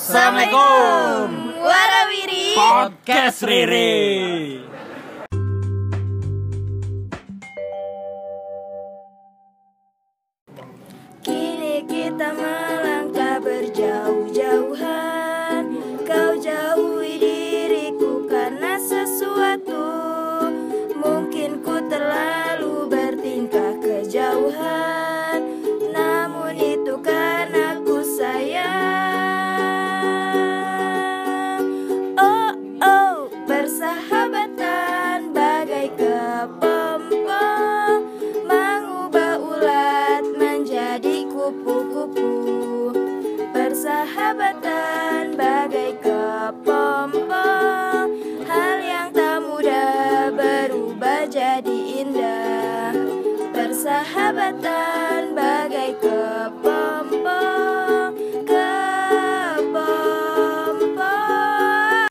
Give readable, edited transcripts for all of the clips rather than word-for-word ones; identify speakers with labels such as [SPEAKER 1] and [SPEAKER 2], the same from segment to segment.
[SPEAKER 1] Assalamualaikum
[SPEAKER 2] Warawiri
[SPEAKER 1] Podcast Riri.
[SPEAKER 2] Kini kita melangkah berjauh-jauhan. Kau jauhi diriku karena sesuatu. Mungkin ku terlalu bertingkah kejauhan, namun itu karena ku sayang. Oh, oh, persahabatan bagai kepompong, mengubah ulat menjadi kupu-kupu. Persahabatan bagai kepompong, hal yang tak mudah berubah jadi indah. Persahabatan bagai kepompong, kepompong.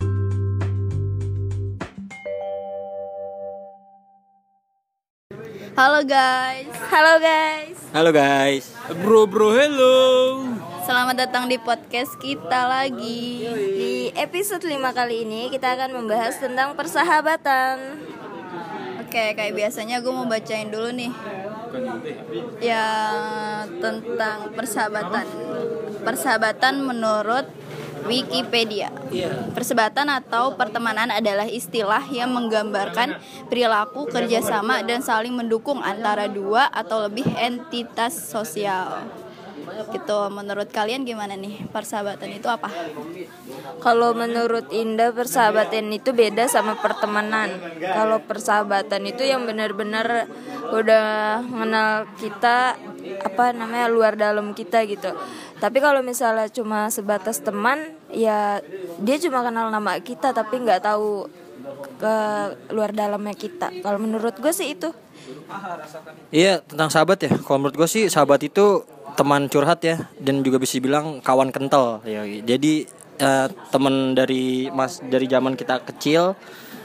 [SPEAKER 2] Halo guys.
[SPEAKER 1] Halo guys. Bro, hello.
[SPEAKER 2] Selamat datang di podcast kita lagi. Di episode 5 kali ini kita akan membahas tentang persahabatan. Oke, kayak biasanya gue mau bacain dulu nih ya tentang persahabatan. Persahabatan menurut Wikipedia. Persahabatan atau pertemanan adalah istilah yang menggambarkan perilaku, kerjasama, dan saling mendukung antara dua atau lebih entitas sosial. Gitu, menurut kalian gimana nih? Persahabatan itu apa? Kalau menurut Indah, persahabatan itu beda sama pertemanan. Kalau persahabatan itu yang benar-benar udah mengenal kita, luar dalam kita gitu. Tapi kalau misalnya cuma sebatas teman, ya dia cuma kenal nama kita tapi nggak tahu ke luar dalamnya kita. Kalau menurut gue sih itu.
[SPEAKER 1] Iya, tentang sahabat ya. Kalau menurut gue sih sahabat itu teman curhat ya, dan juga bisa bilang kawan kental ya. Jadi teman dari zaman kita kecil,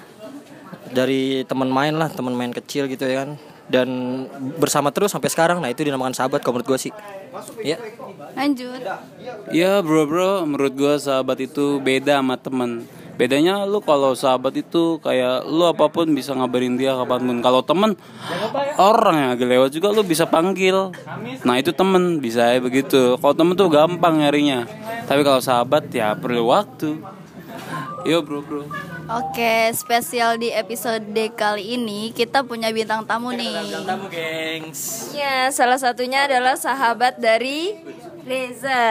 [SPEAKER 1] dari teman main kecil gitu ya kan, dan bersama terus sampai sekarang. Nah, itu dinamakan sahabat kalau menurut gue sih. Ya.
[SPEAKER 2] Lanjut.
[SPEAKER 3] Ya bro, menurut gue sahabat itu beda sama teman. Bedanya lu kalau sahabat itu kayak lu apapun bisa ngabarin dia kapanpun. Kalau teman, orang yang lagi lewat juga lu bisa panggil. Nah itu teman, bisa ya begitu. Kalau teman tuh gampang nyarinya. Tapi kalau sahabat ya perlu waktu. Yo bro.
[SPEAKER 2] Oke, spesial di episode kali ini kita punya bintang tamu nih.
[SPEAKER 1] Bintang tamu, gengs.
[SPEAKER 2] Ya, salah satunya adalah sahabat dari Reza.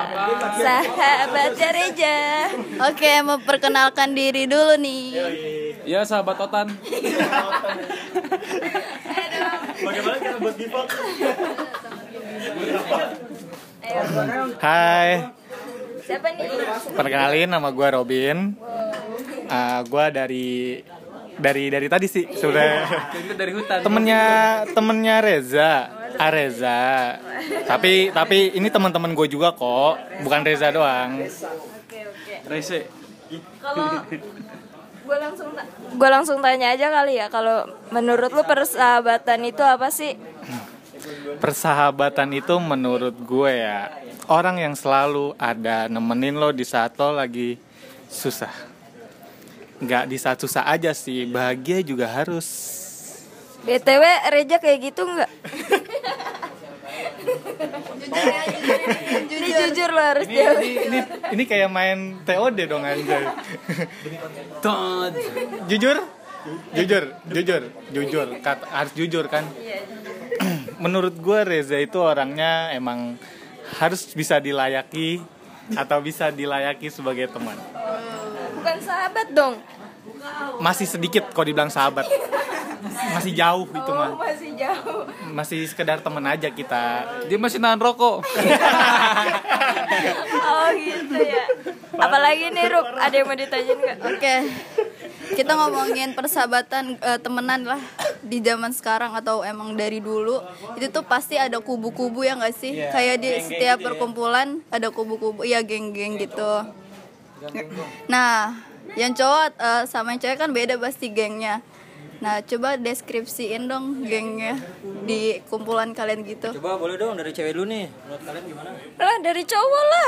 [SPEAKER 2] Sahabatnya Reza. Oke, memperkenalkan diri dulu nih.
[SPEAKER 3] Ya sahabat Totan.
[SPEAKER 1] Bagaimana kita buat default?
[SPEAKER 4] Hai,
[SPEAKER 2] Siapa nih?
[SPEAKER 4] perkenalin nama gue Robin. Gue dari tadi sih sudah
[SPEAKER 3] Dari hutan.
[SPEAKER 4] temennya Reza, Reza. Tapi ini teman-teman gue juga kok, bukan Reza doang.
[SPEAKER 2] Oke.
[SPEAKER 3] Rese.
[SPEAKER 2] Kalau gue langsung tanya aja kali ya. Kalau menurut lu persahabatan itu apa sih?
[SPEAKER 4] Persahabatan itu menurut gue ya orang yang selalu ada nemenin lo di saat lo lagi susah. Nggak di saat susah aja sih, bahagia juga harus.
[SPEAKER 2] BTW Reza kayak gitu nggak? Jujur lo harus jawab.
[SPEAKER 4] Ini kayak main TOD dong anjay.
[SPEAKER 3] Tot.
[SPEAKER 4] Jujur, harus jujur kan. Menurut gue Reza itu orangnya emang harus bisa dilayaki atau bisa dilayaki sebagai teman.
[SPEAKER 2] Bukan sahabat dong.
[SPEAKER 4] Masih sedikit kalau dibilang sahabat. Masih jauh itu mah.
[SPEAKER 2] Masih jauh.
[SPEAKER 4] Masih sekedar teman aja kita.
[SPEAKER 3] Dia masih nahan rokok.
[SPEAKER 2] Oh gitu ya. Apalagi nih Rup, ada yang mau ditanyain nggak? Oke. Kita ngomongin persahabatan temenan lah di zaman sekarang atau emang dari dulu. Itu tuh pasti ada kubu-kubu ya nggak sih? Kayak di setiap perkumpulan ada kubu-kubu, ya geng-geng gitu. Nah, yang cowok sama yang cewek kan beda pasti gengnya. Nah, coba deskripsiin dong gengnya di kumpulan kalian gitu.
[SPEAKER 1] Coba boleh dong dari cewek dulu nih. Menurut kalian gimana?
[SPEAKER 2] Lah, dari cowok lah.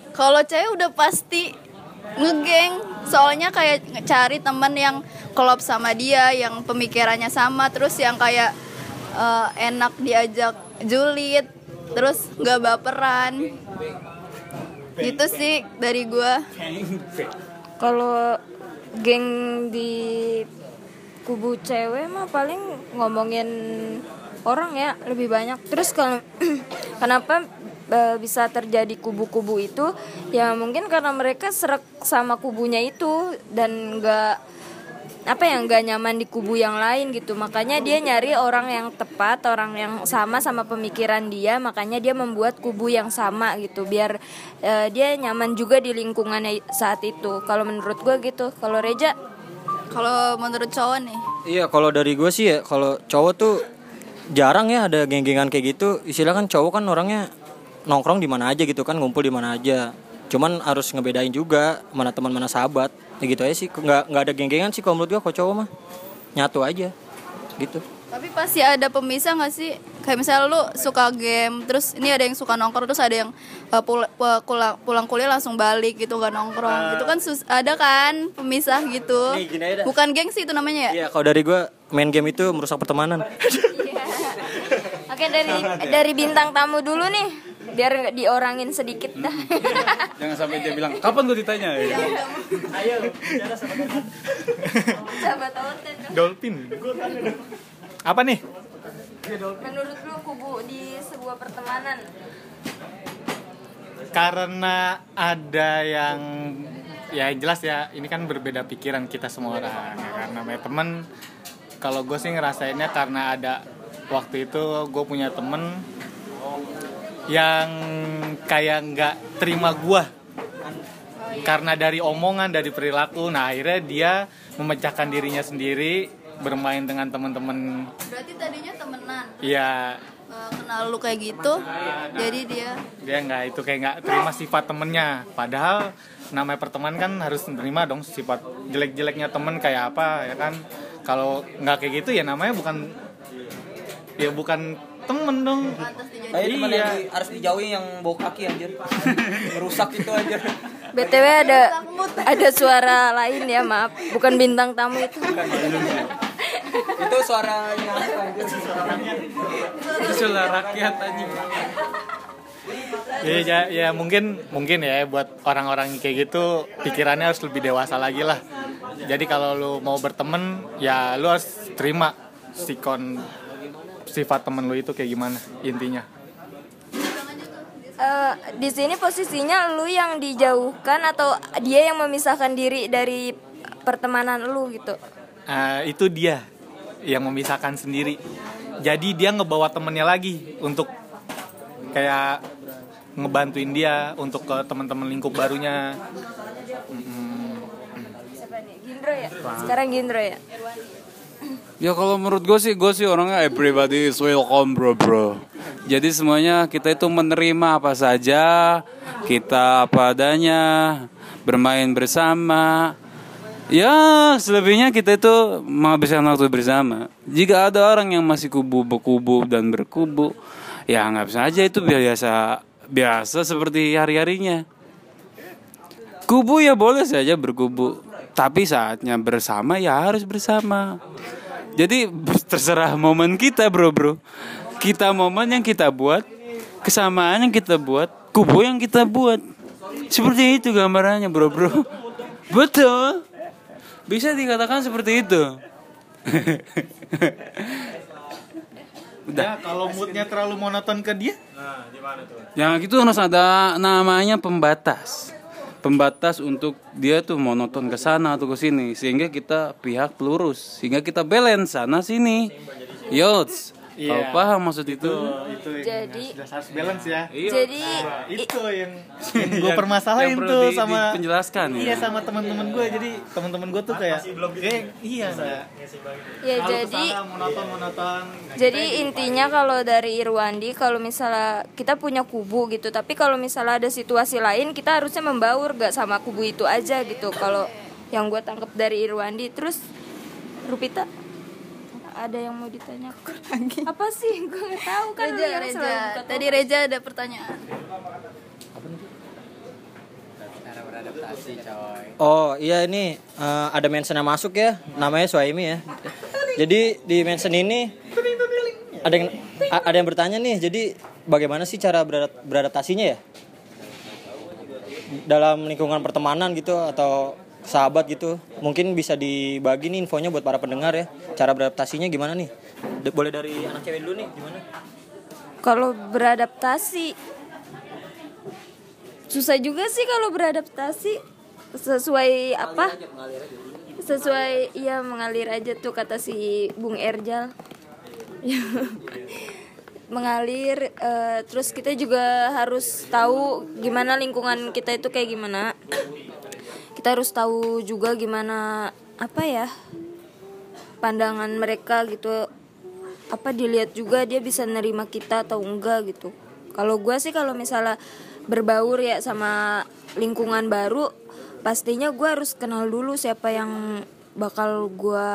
[SPEAKER 2] Kalau cewek udah pasti ngegeng, soalnya kayak cari teman yang klop sama dia, yang pemikirannya sama, terus yang kayak enak diajak julid, terus nggak baperan. Gitu sih dari gua.
[SPEAKER 5] Kalau geng di kubu cewek mah paling ngomongin orang ya lebih banyak. Terus kalau kenapa bisa terjadi kubu-kubu itu, ya mungkin karena mereka serak sama kubunya itu dan nggak nyaman di kubu yang lain gitu. Makanya dia nyari orang yang tepat, orang yang sama pemikiran dia. Makanya dia membuat kubu yang sama gitu, biar dia nyaman juga di lingkungannya saat itu. Kalau menurut gue gitu. Kalau Reja?
[SPEAKER 2] Kalau menurut cowok nih?
[SPEAKER 1] Iya, kalau dari gue sih ya, kalau cowok tuh jarang ya ada geng-gengan kayak gitu. Istilah kan cowok kan orangnya nongkrong di mana aja gitu kan, ngumpul di mana aja. Cuman harus ngebedain juga mana teman mana sahabat. Ya gitu aja sih. Nggak ada geng-gengan sih kalau menurut gue. Kalau cowok mah nyatu aja gitu.
[SPEAKER 2] Tapi pasti ada pemisah nggak sih? Kayak misalnya lu suka game, terus ini ada yang suka nongkrong, terus ada yang pulang kuliah langsung balik gitu, nggak nongkrong. Itu kan ada kan pemisah gitu. Bukan geng sih itu namanya ya?
[SPEAKER 1] Iya, kalau dari gue main game itu merusak pertemanan.
[SPEAKER 5] Oke, dari bintang tamu dulu nih, biar diorangin sedikit dah.
[SPEAKER 3] Jangan sampai dia bilang, kapan gue ditanya? Ya?
[SPEAKER 1] Ayo,
[SPEAKER 5] Sahabat Oten.
[SPEAKER 4] Dolphin. Apa nih?
[SPEAKER 5] Menurut lu kubu di sebuah pertemanan?
[SPEAKER 4] Karena ada yang ya jelas ya, ini kan berbeda pikiran kita semua orang ya, karena namanya temen. Kalau gue sih ngerasainnya karena ada waktu itu gue punya temen yang kayak nggak terima gue karena dari omongan, dari perilaku. Nah akhirnya dia memecahkan dirinya sendiri, bermain dengan teman-teman.
[SPEAKER 2] Berarti tadinya temenan.
[SPEAKER 4] Iya.
[SPEAKER 2] Kenal lu kayak gitu, jadi dia
[SPEAKER 4] nggak itu kayak nggak terima sifat temennya. Padahal namanya pertemanan kan harus menerima dong sifat jelek-jeleknya temen kayak apa ya kan. Kalau nggak kayak gitu ya namanya bukan temen dong.
[SPEAKER 1] Kayak teman yang harus dijauhi yang bau kaki anjir. Merusak itu anjir.
[SPEAKER 5] BTW ada suara lain ya, maaf. Bukan bintang tamu itu.
[SPEAKER 1] Itu suaranya anjir.
[SPEAKER 3] Itu suara rakyat anjing.
[SPEAKER 4] Ya mungkin ya buat orang-orang kayak gitu pikirannya harus lebih dewasa lagi lah. Jadi kalau lu mau berteman ya lu harus terima sifat temen lu itu kayak gimana intinya.
[SPEAKER 5] Di sini posisinya lu yang dijauhkan atau dia yang memisahkan diri dari pertemanan lu gitu?
[SPEAKER 4] Itu dia yang memisahkan sendiri. Jadi dia ngebawa temennya lagi untuk kayak ngebantuin dia untuk ke teman-teman lingkup barunya.
[SPEAKER 5] Siapa nih? Gindro ya? Sekarang Gindro ya?
[SPEAKER 3] Ya kalau menurut gue sih orangnya everybody is welcome bro. Jadi semuanya kita itu menerima apa saja, kita apa adanya, bermain bersama. Ya selebihnya kita itu menghabiskan waktu bersama. Jika ada orang yang masih berkubu dan berkubu, ya nggak bisa aja, itu biasa seperti hari-harinya. Kubu ya boleh saja berkubu, tapi saatnya bersama ya harus bersama. Jadi terserah momen kita bro. Kita momen yang kita buat, kesamaan yang kita buat, kubu yang kita buat. Seperti itu gambarannya bro. Betul. Bisa dikatakan seperti itu.
[SPEAKER 4] Udah, kalau moodnya terlalu monoton ke dia?
[SPEAKER 3] Nah, gimana tuh? Yang itu harus ada namanya pembatas. Pembatas untuk dia tuh monoton ke sana atau ke sini, sehingga kita pihak pelurus, sehingga kita balance sana sini. Yots. Kalau paham maksud itu
[SPEAKER 5] Jadi
[SPEAKER 4] harus balance ya.
[SPEAKER 5] Jadi
[SPEAKER 4] Itu yang gue permasalahin tuh sama
[SPEAKER 3] penjelaskan ya.
[SPEAKER 4] Iya sama teman-teman gue. Jadi teman-teman gue tuh kayak iya enggak.
[SPEAKER 5] ya
[SPEAKER 4] Monoton.
[SPEAKER 5] Jadi intinya kalau dari Irwandi, kalau misalnya kita punya kubu gitu, tapi kalau misalnya ada situasi lain kita harusnya membaur, gak sama kubu itu aja gitu. Kalau yang gue tangkap dari Irwandi. Terus Rupita ada yang mau ditanyakan lagi? Apa sih? Gue nggak tahu kan.
[SPEAKER 2] Reza. Tadi Reza ada pertanyaan.
[SPEAKER 4] beradaptasi coy.
[SPEAKER 1] Oh iya ini ada mention yang masuk ya, namanya Suhaimi ya. Jadi di mention ini ada yang bertanya nih, jadi bagaimana sih cara beradaptasinya ya dalam lingkungan pertemanan gitu atau sahabat gitu? Mungkin bisa dibagi nih infonya buat para pendengar ya, cara beradaptasinya gimana nih? Boleh dari anak cewek dulu nih, gimana?
[SPEAKER 5] Kalau beradaptasi susah juga sih kalau beradaptasi sesuai apa? Sesuai ya mengalir aja tuh kata si Bung Erjal. Mengalir terus kita juga harus tahu gimana lingkungan kita itu kayak gimana. Kita harus tahu juga gimana apa ya pandangan mereka gitu, apa dilihat juga dia bisa nerima kita atau enggak gitu. Kalau gue sih kalau misalnya berbaur ya sama lingkungan baru, pastinya gue harus kenal dulu siapa yang bakal gue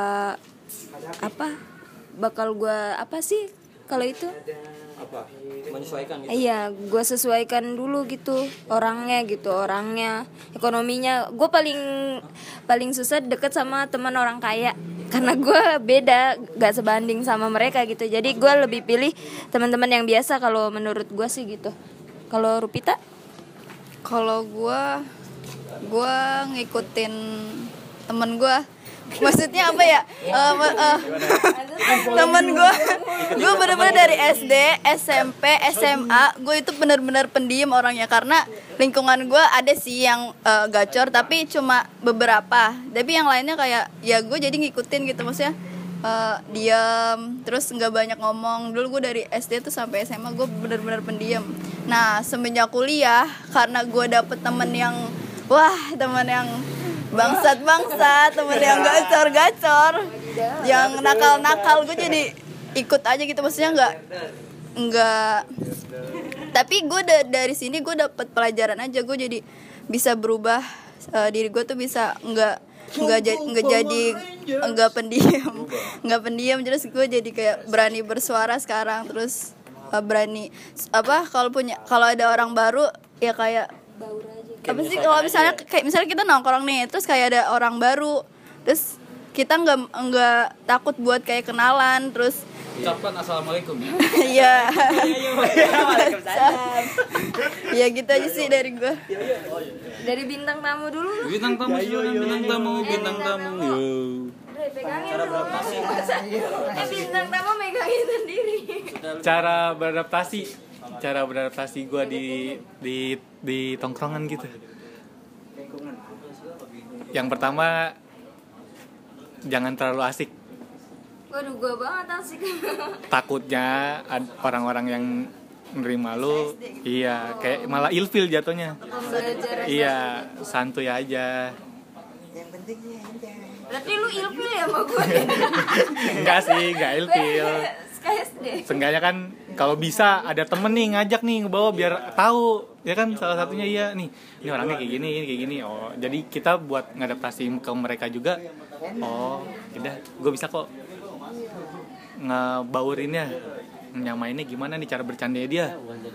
[SPEAKER 5] apa sih kalau itu
[SPEAKER 1] Apa? Menyesuaikan gitu.
[SPEAKER 5] iya, gue sesuaikan dulu gitu orangnya, ekonominya. Gue paling susah deket sama teman orang kaya karena gue beda, gak sebanding sama mereka gitu. Jadi gue lebih pilih teman-teman yang biasa kalau menurut gue sih gitu. Kalau Rupita?
[SPEAKER 2] Kalau gue ngikutin temen gue. Maksudnya apa ya? Temen gue bener-bener dari SD, SMP, SMA, gue itu bener-bener pendiam orangnya karena lingkungan gue ada sih yang gacor tapi cuma beberapa. Tapi yang lainnya kayak ya gue jadi ngikutin gitu, maksudnya diam, terus nggak banyak ngomong. Dulu gue dari SD tuh sampai SMA gue bener-bener pendiam. Nah semenjak kuliah karena gue dapet temen yang bangsat, temen yang gacor, yang nakal, gue jadi ikut aja gitu, maksudnya nggak. Tapi gue dari sini gue dapet pelajaran aja, gue jadi bisa berubah, diri gue tuh bisa nggak pendiam, terus gue jadi kayak berani bersuara sekarang, terus berani kalau ada orang baru ya kayak apa sih, kalau misalnya kita nongkrong nih terus kayak ada orang baru, terus kita nggak takut buat kayak kenalan, terus
[SPEAKER 3] ucapkan assalamualaikum ya.
[SPEAKER 2] Iya. Ya gitu aja sih dari gue.
[SPEAKER 5] Dari bintang tamu dulu.
[SPEAKER 3] Bintang tamu. Yo.
[SPEAKER 5] Pegangin dulu. Bintang tamu megangin sendiri.
[SPEAKER 4] Cara beradaptasi gue di tongkrongan gitu. Yang pertama, jangan terlalu asik.
[SPEAKER 5] Waduh, gue banget asik.
[SPEAKER 4] Takutnya orang-orang yang nerima lu, iya, kayak malah ilfil jatuhnya. Iya, santuy aja.
[SPEAKER 5] Berarti lu ilfil ya sama gue?
[SPEAKER 4] Enggak sih, enggak ilfil.
[SPEAKER 5] SD.
[SPEAKER 4] Seenggaknya kan kalau bisa ada temen nih ngajak nih ngebawa biar tahu, ya kan, salah satunya iya nih, ini orangnya kayak gini. Oh, jadi kita buat ngadaptasi ke mereka juga. Oh, udah, gue bisa kok ngebaurinnya, nyamainnya gimana nih cara bercandanya dia.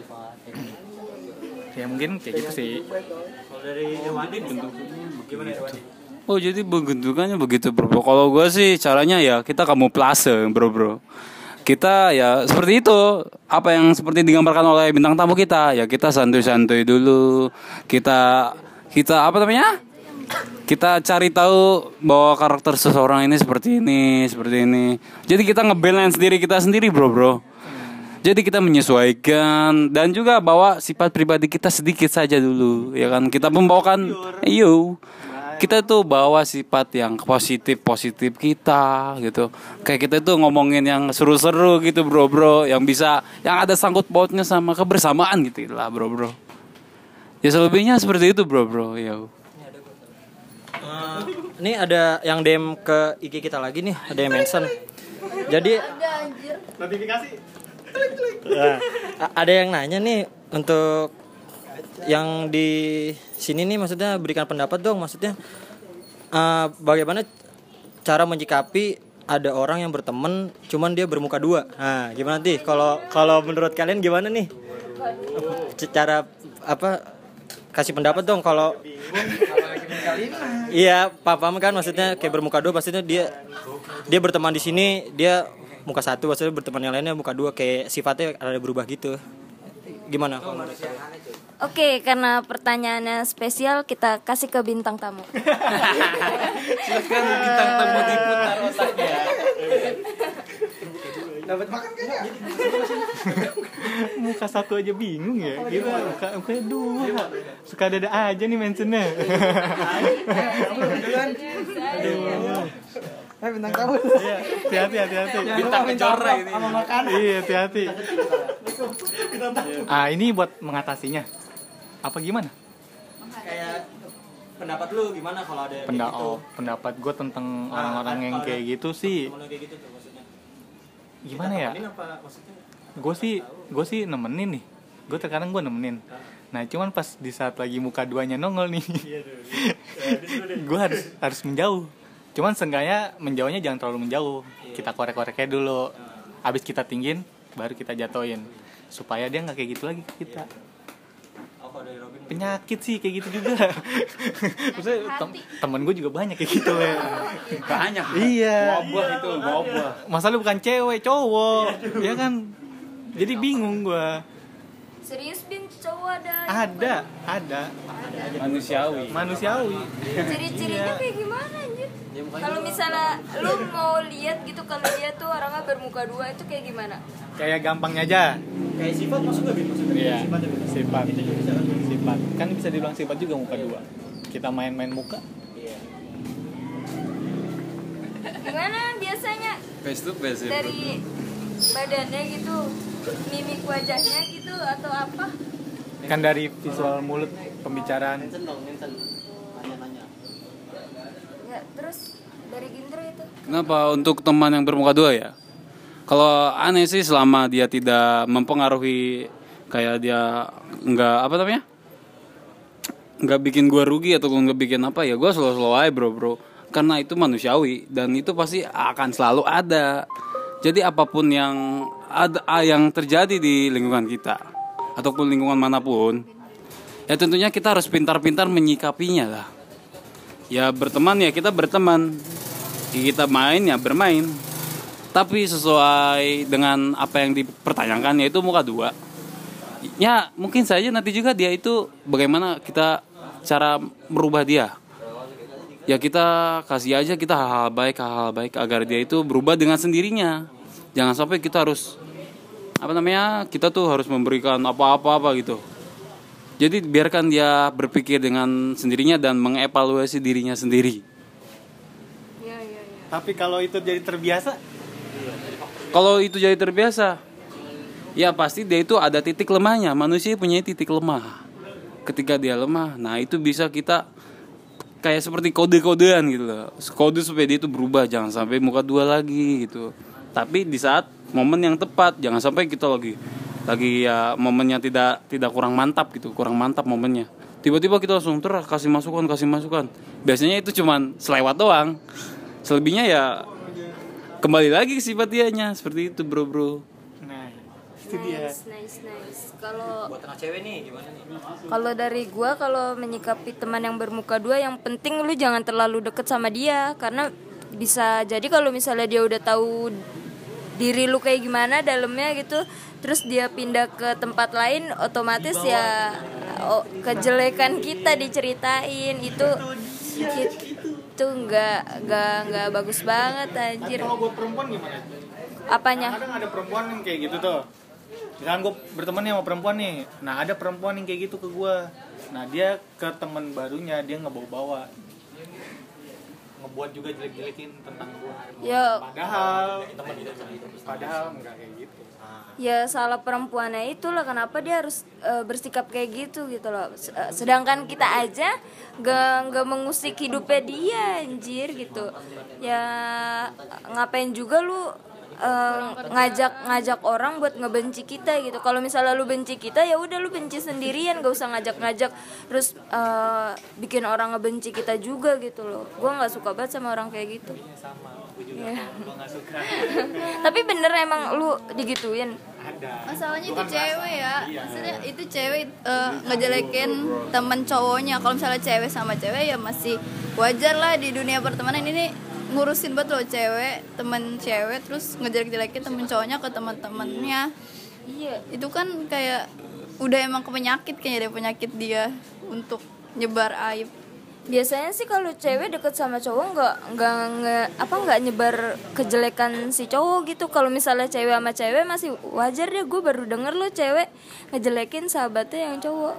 [SPEAKER 4] Ya mungkin kayak gitu sih.
[SPEAKER 1] Kalau dari Irwandi gimana Irwandi?
[SPEAKER 3] Oh jadi bentukannya begitu bro. Kalau gue sih caranya ya kita kamuflase bro. Kita ya seperti itu, apa yang seperti digambarkan oleh bintang tamu kita, ya kita santuy-santuy dulu, kita apa namanya, kita cari tahu bahwa karakter seseorang ini seperti ini. Jadi kita ngebalance diri kita sendiri bro. Jadi kita menyesuaikan dan juga bawa sifat pribadi kita sedikit saja dulu, ya kan. Kita membawakan, kita tuh bawa sifat yang positif kita gitu. Kayak kita tuh ngomongin yang seru-seru gitu bro, yang ada sangkut pautnya sama kebersamaan gitu lah bro. Ya selebihnya seperti itu bro. Ya.
[SPEAKER 1] Ini ada yang DM ke IG kita lagi nih, ada yang mention. Jadi
[SPEAKER 4] Notifikasi.
[SPEAKER 1] ada yang nanya nih untuk yang di sini nih, maksudnya berikan pendapat dong, maksudnya bagaimana cara menyikapi ada orang yang berteman cuman dia bermuka dua. Nah, gimana nih? Kalau menurut kalian gimana nih? Cara kasih pendapat dong kalau iya paham kan maksudnya kayak bermuka dua maksudnya dia berteman di sini dia muka satu maksudnya berteman yang lainnya muka dua kayak sifatnya ada berubah gitu. Gimana kalau menurut kalian?
[SPEAKER 5] Oke, karena pertanyaannya spesial, kita kasih ke bintang tamu.
[SPEAKER 3] Silakan bintang tamu diputar otaknya.
[SPEAKER 4] Dapat makan kayaknya. Muka satu aja bingung ya. Gitu mukanya dua. Suka ada aja nih mentionnya. Aduh. Bintang tamu. Iya, hati-hati.
[SPEAKER 3] Bintang kejora ini.
[SPEAKER 4] Sama makan. Iya, hati-hati. Ini buat mengatasinya. Apa gimana?
[SPEAKER 1] Kayak pendapat lu gimana kalau ada
[SPEAKER 4] Pendapat gue tentang orang-orang yang kayak gitu sih.
[SPEAKER 1] kayak gitu tuh maksudnya.
[SPEAKER 4] Gimana ya? Gue sih nemenin nih. Gue terkadang gue nemenin. Nah cuman pas di saat lagi muka duanya nongol nih, gue harus menjauh. Cuman seenggaknya menjauhnya jangan terlalu menjauh. Kita korek-koreknya dulu. Abis kita tinggiin, baru kita jatoin. Supaya dia nggak kayak gitu lagi ke kita. Penyakit sih kayak gitu juga. Maksudnya temen gue juga banyak kayak gitu ya.
[SPEAKER 3] Banyak.
[SPEAKER 4] Iya.
[SPEAKER 3] Wabah itu, wabah.
[SPEAKER 4] Masalah bukan cewek, cowok. Ya kan. Jadi bingung gue.
[SPEAKER 5] Serius Bin, cowok
[SPEAKER 4] Ada. Manusiawi.
[SPEAKER 5] Ciri-cirinya kayak gimana anjir? Kalau misalnya lu mau lihat gitu kalau dia tuh orangnya bermuka dua itu kayak gimana?
[SPEAKER 4] Kayak gampangnya aja.
[SPEAKER 1] Kayak sifat masuk gak maksudnya?
[SPEAKER 4] Iya.
[SPEAKER 1] Sifat.
[SPEAKER 4] Sifat. Kan bisa dibilang sifat juga muka dua. Kita main-main muka.
[SPEAKER 5] Gimana biasanya
[SPEAKER 3] Face to face ya.
[SPEAKER 5] dari badannya gitu, mimik wajahnya gitu atau apa?
[SPEAKER 4] Kan dari visual mulut, pembicaraan.
[SPEAKER 5] Ya, terus dari Ginter itu.
[SPEAKER 3] Kenapa untuk teman yang bermuka dua ya? Kalau aneh sih selama dia tidak mempengaruhi kayak dia nggak bikin gua rugi atau nggak bikin apa ya, gua slow aja bro. Karena itu manusiawi dan itu pasti akan selalu ada. Jadi apapun yang terjadi di lingkungan kita ataupun lingkungan manapun, ya tentunya kita harus pintar-pintar menyikapinya lah. Ya berteman ya kita berteman, kita main ya bermain. Tapi sesuai dengan apa yang dipertanyakan yaitu muka dua. Ya mungkin saja nanti juga dia itu bagaimana kita cara merubah dia. Ya kita kasih aja kita hal-hal baik agar dia itu berubah dengan sendirinya. Jangan sampai kita harus kita tuh harus memberikan apa-apa gitu. Jadi biarkan dia berpikir dengan sendirinya dan mengevaluasi dirinya sendiri.
[SPEAKER 5] Iya.
[SPEAKER 4] Tapi kalau itu jadi terbiasa,
[SPEAKER 3] ya pasti dia itu ada titik lemahnya. Manusia punya titik lemah. Ketika dia lemah, nah itu bisa kita kayak seperti kode-kodean gitu loh. Kode supaya dia itu berubah, jangan sampai muka dua lagi gitu. Tapi di saat momen yang tepat, jangan sampai kita lagi ya momennya tidak kurang mantap momennya. Tiba-tiba kita langsung kasih masukan. Biasanya itu cuman selewat doang. Selebihnya ya kembali lagi ke sifat dianya seperti itu, bro.
[SPEAKER 4] nah itu dia.
[SPEAKER 5] Nice. Kalau
[SPEAKER 1] Buat anak cewek nih gimana nih?
[SPEAKER 5] Kalau dari gua, kalau menyikapi teman yang bermuka dua, yang penting lu jangan terlalu deket sama dia, karena bisa jadi kalau misalnya dia udah tahu diri lu kayak gimana dalamnya gitu, terus dia pindah ke tempat lain, otomatis ya kejelekan kita diceritain itu nggak bagus banget anjir.
[SPEAKER 4] Kalau buat perempuan gimana?
[SPEAKER 5] Apanya?
[SPEAKER 4] Kadang ada perempuan yang kayak gitu tuh. Misalkan gue berteman nih sama perempuan nih. Nah ada perempuan yang kayak gitu ke gue. Nah dia ke teman barunya dia ngebawa-bawa, ngebuat juga jelek-jelekin tentang gue.
[SPEAKER 5] Ya,
[SPEAKER 4] Padahal enggak kayak gitu.
[SPEAKER 5] ya salah perempuannya itulah kenapa dia harus bersikap kayak gitu loh. Sedangkan kita aja gak mengusik hidupnya dia anjir gitu. Ya ngapain juga lu ngajak orang buat ngebenci kita gitu. Kalau misalnya lu benci kita, ya udah lu benci sendirian, gak usah ngajak terus bikin orang ngebenci kita juga gitu loh. Gua nggak suka banget sama orang kayak gitu.
[SPEAKER 4] Sama, gue juga
[SPEAKER 5] Iya.
[SPEAKER 4] gue nggak suka.
[SPEAKER 5] Tapi bener emang lu digituin.
[SPEAKER 2] Masalahnya itu cewek ya, maksudnya itu cewek ngejelekin temen cowoknya. Kalau misalnya cewek sama cewek ya masih wajar lah di dunia pertemanan. Ini ngurusin banget loh cewek, temen cewek terus ngejelek-jelekin temen cowoknya ke teman-temannya.
[SPEAKER 5] Iya.
[SPEAKER 2] Itu kan kayak udah emang penyakit, kayaknya ada penyakit dia untuk nyebar aib.
[SPEAKER 5] Biasanya sih kalau cewek deket sama cowok nggak nyebar kejelekan si cowok gitu. Kalau misalnya cewek sama cewek masih wajar deh. Gue baru denger lo cewek ngejelekin sahabatnya yang cowok.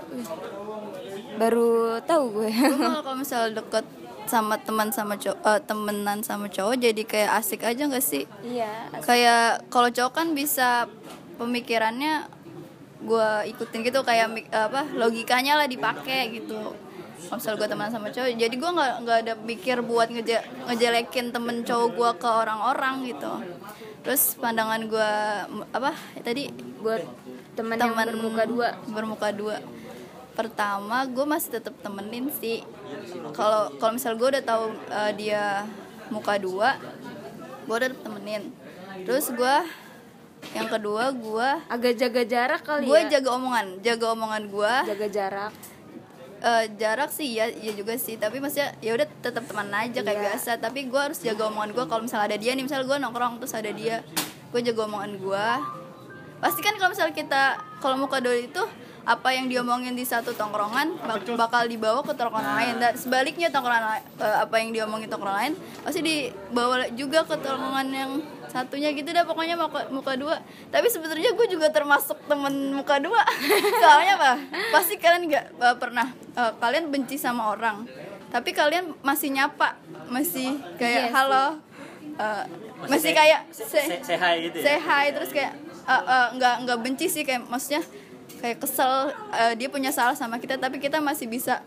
[SPEAKER 5] Baru tahu gue.
[SPEAKER 2] Gue malah kalau misalnya deket sama temenan sama cowok jadi kayak asik aja nggak sih?
[SPEAKER 5] Iya.
[SPEAKER 2] Kayak kalau cowok kan bisa pemikirannya gue ikutin gitu, kayak logikanya lah dipakai gitu. Kalau misalnya gue teman sama cowok, jadi gue nggak ada pikir buat ngejelekin temen cowok gue ke orang-orang gitu. Terus pandangan gue tadi
[SPEAKER 5] Buat teman yang
[SPEAKER 2] bermuka dua. Pertama gue masih tetap temenin sih. Kalau misal gue udah tahu dia muka dua, gue udah temenin. Terus gue yang kedua gue
[SPEAKER 5] agak jaga jarak kali
[SPEAKER 2] gue
[SPEAKER 5] ya.
[SPEAKER 2] jaga omongan gue.
[SPEAKER 5] Jaga jarak.
[SPEAKER 2] Jarak sih ya juga sih, tapi maksudnya ya udah tetap teman aja kayak biasa. Tapi gue harus jaga omongan gue. Kalau misalnya ada dia nih, misalnya gue nongkrong terus ada dia, gue jaga omongan gue. Pasti kan kalau misalnya kalau muka dua itu apa yang diomongin di satu tongkrongan bakal dibawa ke tongkrongan lain, dan sebaliknya apa yang diomongin tongkrongan lain pasti dibawa juga ke tongkrongan yang satunya gitu dah. Pokoknya muka dua. Tapi sebenarnya gue juga termasuk temen muka dua. Soalnya apa? Pasti kalian nggak pernah kalian benci sama orang, tapi kalian masih nyapa, masih kayak halo, masih kayak say
[SPEAKER 1] hi gitu ya.
[SPEAKER 2] say hi, terus kayak nggak benci sih, kayak maksudnya kayak kesel dia punya salah sama kita, tapi kita masih bisa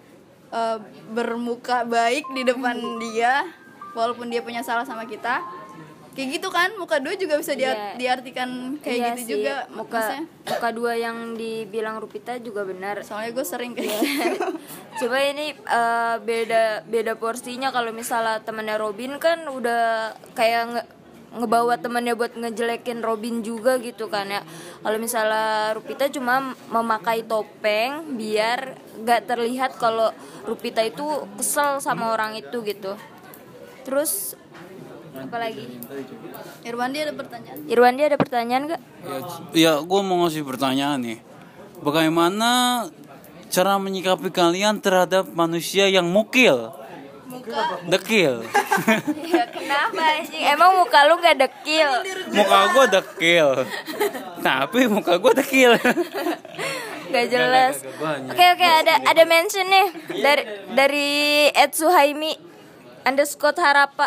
[SPEAKER 2] bermuka baik di depan dia walaupun dia punya salah sama kita. Kayak gitu kan, muka dua juga bisa diartikan kayak
[SPEAKER 5] Iya
[SPEAKER 2] gitu
[SPEAKER 5] sih.
[SPEAKER 2] juga.
[SPEAKER 5] Muka dua yang dibilang Rupita juga benar.
[SPEAKER 2] Soalnya gue sering kayak gitu.
[SPEAKER 5] Coba ini beda porsinya. Kalau misalnya temannya Robin kan udah kayak ngebawa temannya buat ngejelekin Robin juga gitu kan ya. Kalau misalnya Rupita cuma memakai topeng biar gak terlihat kalau Rupita itu kesel sama orang itu gitu. Terus apa lagi?
[SPEAKER 2] Irwandi
[SPEAKER 5] ada pertanyaan gak?
[SPEAKER 3] Ya, gue mau ngasih pertanyaan nih. Bagaimana cara menyikapi kalian terhadap manusia yang mukil? Dekil.
[SPEAKER 5] Ya kenapa sih? Emang muka lu gak dekil?
[SPEAKER 3] Muka gue dekil. Tapi muka gue dekil.
[SPEAKER 5] Gak jelas. Oke, ada mention nih dari Ed Suhaimi _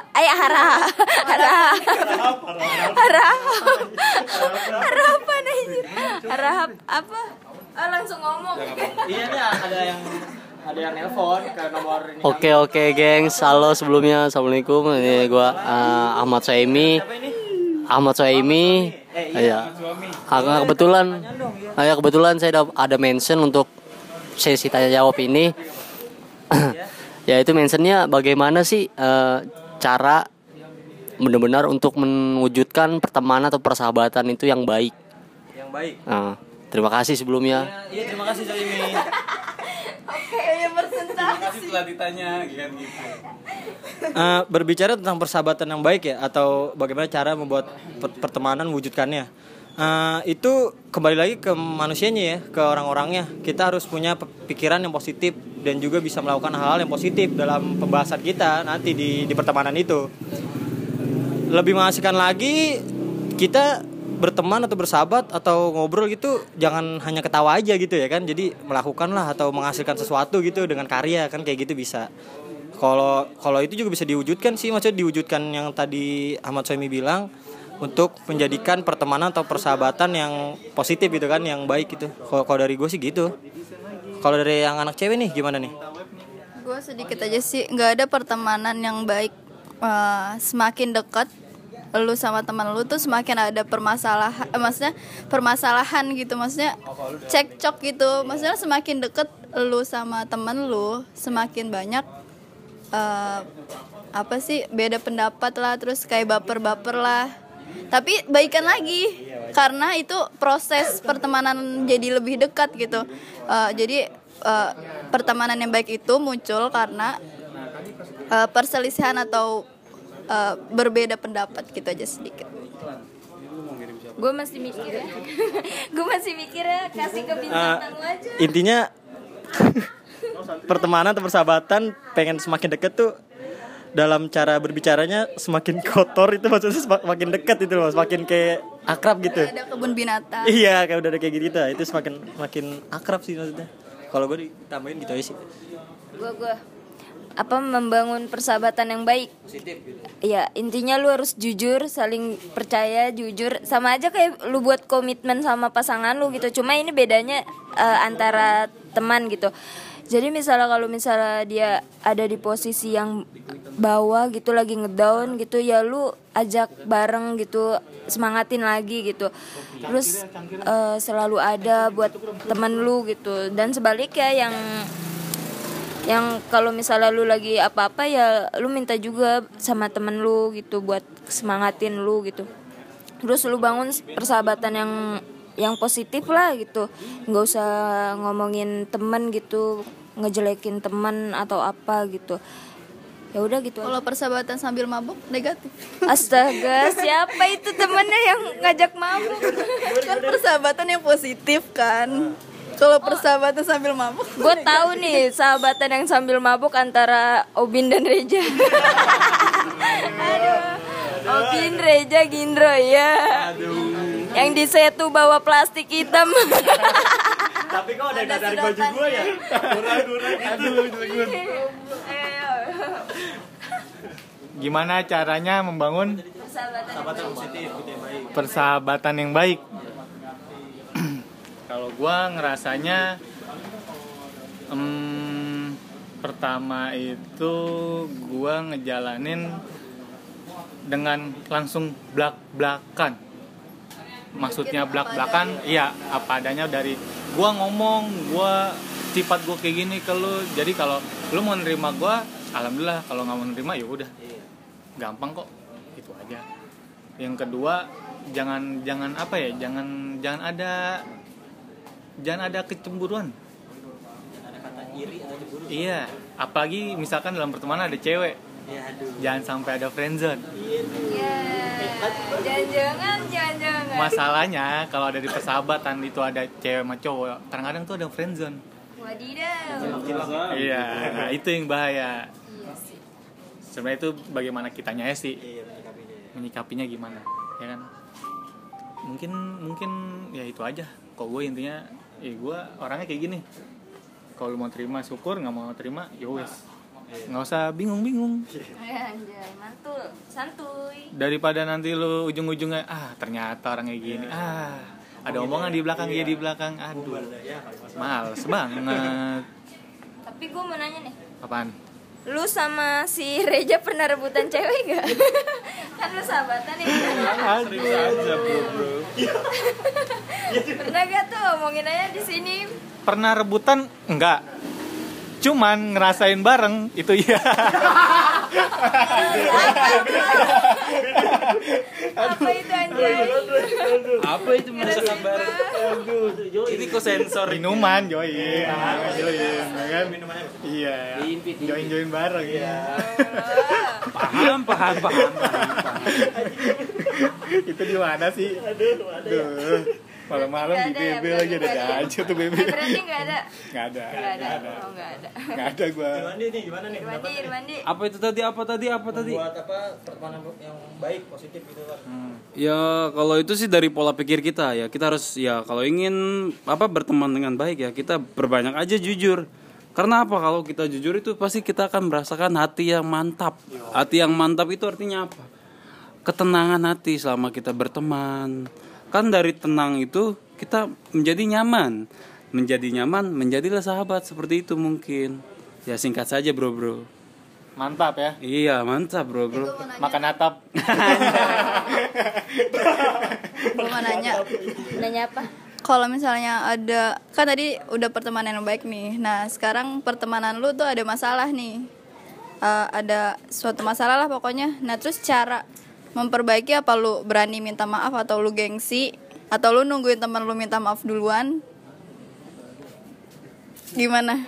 [SPEAKER 5] harapan harap apa? Langsung ngomong.
[SPEAKER 1] Iya nih ada yang nelpon ke nomor ini.
[SPEAKER 6] Oke gengs, halo sebelumnya, assalamualaikum. Ini gue Ahmad Suhaimi. Iya. Kebetulan saya ada mention untuk sesi tanya jawab ini. Ya itu mentionnya bagaimana sih cara benar-benar untuk mewujudkan pertemanan atau persahabatan itu yang baik.
[SPEAKER 1] Yang baik.
[SPEAKER 6] Terima kasih sebelumnya.
[SPEAKER 1] Iya terima kasih Suhaimi.
[SPEAKER 2] Kayak presentasi.
[SPEAKER 3] Setelah ditanya gitu.
[SPEAKER 1] Berbicara tentang persahabatan yang baik ya, atau bagaimana cara membuat pertemanan wujudkannya, itu kembali lagi ke manusianya ya, ke orang-orangnya. Kita harus punya pikiran yang positif dan juga bisa melakukan hal-hal yang positif dalam pembahasan kita nanti di pertemanan itu. Lebih mengasihkan lagi kita berteman atau bersahabat atau ngobrol gitu, jangan hanya ketawa aja gitu ya kan. Jadi melakukanlah atau menghasilkan sesuatu gitu dengan karya kan, kayak gitu bisa. Kalau itu juga bisa diwujudkan sih, maksudnya diwujudkan yang tadi Ahmad Suhaimi bilang, untuk menjadikan pertemanan atau persahabatan yang positif gitu kan, yang baik gitu. Kalau dari gue sih gitu. Kalau dari yang anak cewek nih gimana nih?
[SPEAKER 2] Gue sedikit aja sih, nggak ada pertemanan yang baik. Semakin dekat lu sama teman lu tuh semakin ada permasalahan gitu, maksudnya cekcok gitu. Maksudnya semakin deket lu sama teman lu, semakin banyak beda pendapat lah, terus kayak baper lah. Tapi baikan lagi. karena itu proses pertemanan jadi lebih dekat gitu. Jadi pertemanan yang baik itu muncul karena perselisihan atau berbeda pendapat gitu aja sedikit.
[SPEAKER 5] Gue masih mikir ya. Gue masih mikir ya, kasih ke bintang tamu aja.
[SPEAKER 1] Intinya pertemanan atau persahabatan pengen semakin deket tuh dalam cara berbicaranya semakin kotor, itu maksudnya semakin dekat itu loh, semakin kayak akrab gitu.
[SPEAKER 2] Ada kebun binatang.
[SPEAKER 1] Iya, kayak udah ada kayak gitu, itu semakin akrab sih maksudnya. Kalau gue ditambahin gitu aja sih.
[SPEAKER 5] Gue membangun persahabatan yang baik.
[SPEAKER 1] Positif gitu.
[SPEAKER 5] Ya intinya lu harus jujur, saling percaya, jujur. Sama aja kayak lu buat komitmen sama pasangan lu gitu. Cuma ini bedanya antara teman gitu. Jadi kalau misalnya dia ada di posisi yang bawah gitu, lagi ngedown gitu, ya lu ajak bareng gitu, semangatin lagi gitu. Terus selalu ada buat temen lu gitu. Dan sebaliknya yang kalau misalnya lu lagi apa-apa, ya lu minta juga sama temen lu gitu buat semangatin lu gitu. Terus lu bangun persahabatan yang positif lah gitu. Nggak usah ngomongin temen gitu, ngejelekin temen atau apa gitu. Ya udah gitu.
[SPEAKER 2] Kalau persahabatan sambil mabuk negatif.
[SPEAKER 5] Astaga, siapa itu temennya yang ngajak mabuk?
[SPEAKER 2] Kan persahabatan yang positif kan. Kalau persahabatan sambil mabuk,
[SPEAKER 5] Gue tahu nih sahabatan yang sambil mabuk antara Obin dan Reja. Aduh. Obin, Reja, Gindro ya. Yang di setu bawa plastik hitam.
[SPEAKER 1] Tapi kok ada dari baju gue ya? Gurah-gurah gitu.
[SPEAKER 4] Gimana caranya membangun
[SPEAKER 1] Persahabatan positif gitu yang baik.
[SPEAKER 4] persahabatan yang baik? Kalau gue ngerasanya pertama itu gue ngejalanin dengan langsung blak-blakan. Maksudnya blak-blakan, iya apa adanya, dari gue ngomong, gue sifat gue kayak gini ke lu. Jadi kalau lu mau nerima gue, alhamdulillah. Kalau nggak mau nerima ya udah, gampang kok, itu aja. Yang kedua, jangan apa ya, jangan ada kecemburuan.
[SPEAKER 1] Ada kata iri atau cemburu.
[SPEAKER 4] Iya, apalagi misalkan dalam pertemanan ada cewek.
[SPEAKER 1] Ya, aduh.
[SPEAKER 4] Jangan sampai ada friendzone.
[SPEAKER 5] Ya, jangan.
[SPEAKER 4] Masalahnya kalau ada di persahabatan itu ada cewek sama cowok, kadang-kadang tuh ada friendzone.
[SPEAKER 5] Wadidaw.
[SPEAKER 4] Iya, nah itu yang bahaya.
[SPEAKER 5] Iya sih.
[SPEAKER 4] Sebenarnya itu bagaimana kitanya sih,
[SPEAKER 1] Iya,
[SPEAKER 4] menyikapinya gimana, ya kan? Mungkin ya itu aja. Kalau gue intinya, gue orangnya kayak gini. Kalau lu mau terima syukur, nggak mau terima ya wes. Nggak usah bingung-bingung.
[SPEAKER 5] Anjay, mantul, santuy.
[SPEAKER 4] Daripada nanti lu ujung-ujungnya ternyata orang kayak gini. Ada omongan di belakang, di belakang. Aduh. Males banget.
[SPEAKER 5] Tapi gue mau nanya nih,
[SPEAKER 4] Apaan?
[SPEAKER 5] lu sama si Reja pernah rebutan cewek gak? Kan lu sahabatan nih.
[SPEAKER 4] Sering aja, bro.
[SPEAKER 5] Pernah gak tuh ngomongin aja di sini?
[SPEAKER 4] Pernah rebutan? Enggak. Cuman ngerasain bareng itu iya.
[SPEAKER 5] Apa itu anjay?
[SPEAKER 3] Apa itu merasakan bareng? Ini kok sensor.
[SPEAKER 4] Minuman, join, kan? Iya. Join bareng ya.
[SPEAKER 3] Paham.
[SPEAKER 4] Itu di mana sih? Aduh. Malam-malam di BB lagi ada aja tuh BB.
[SPEAKER 5] Berarti gak ada?
[SPEAKER 4] Nggak ada.
[SPEAKER 5] Oh gak ada.
[SPEAKER 4] Nggak ada gua.
[SPEAKER 1] Gimana nih?
[SPEAKER 5] Irwandi.
[SPEAKER 3] Apa itu tadi? Apa tadi?
[SPEAKER 1] Buat apa pertemanan yang baik, positif gitu kan.
[SPEAKER 3] Ya kalau itu sih dari pola pikir kita ya. Kita harus ya kalau ingin berteman dengan baik ya kita berbanyak aja jujur. Karena apa? Kalau kita jujur itu pasti kita akan merasakan hati yang mantap. Hati yang mantap itu artinya apa? Ketenangan hati selama kita berteman. Kan dari tenang itu kita menjadi nyaman. Menjadi nyaman, menjadilah sahabat. Seperti itu mungkin. Ya singkat saja bro.
[SPEAKER 4] Mantap ya.
[SPEAKER 3] Iya mantap bro.
[SPEAKER 4] Makan atap.
[SPEAKER 2] Gue mau nanya.
[SPEAKER 5] Nanya apa?
[SPEAKER 2] Kalau misalnya ada, kan tadi udah pertemanan yang baik nih. Nah sekarang pertemanan lu tuh ada masalah nih. Ada suatu masalah lah pokoknya. Nah terus cara memperbaiki, apa lu berani minta maaf atau lu gengsi Atau lu nungguin teman lu minta maaf duluan? Gimana?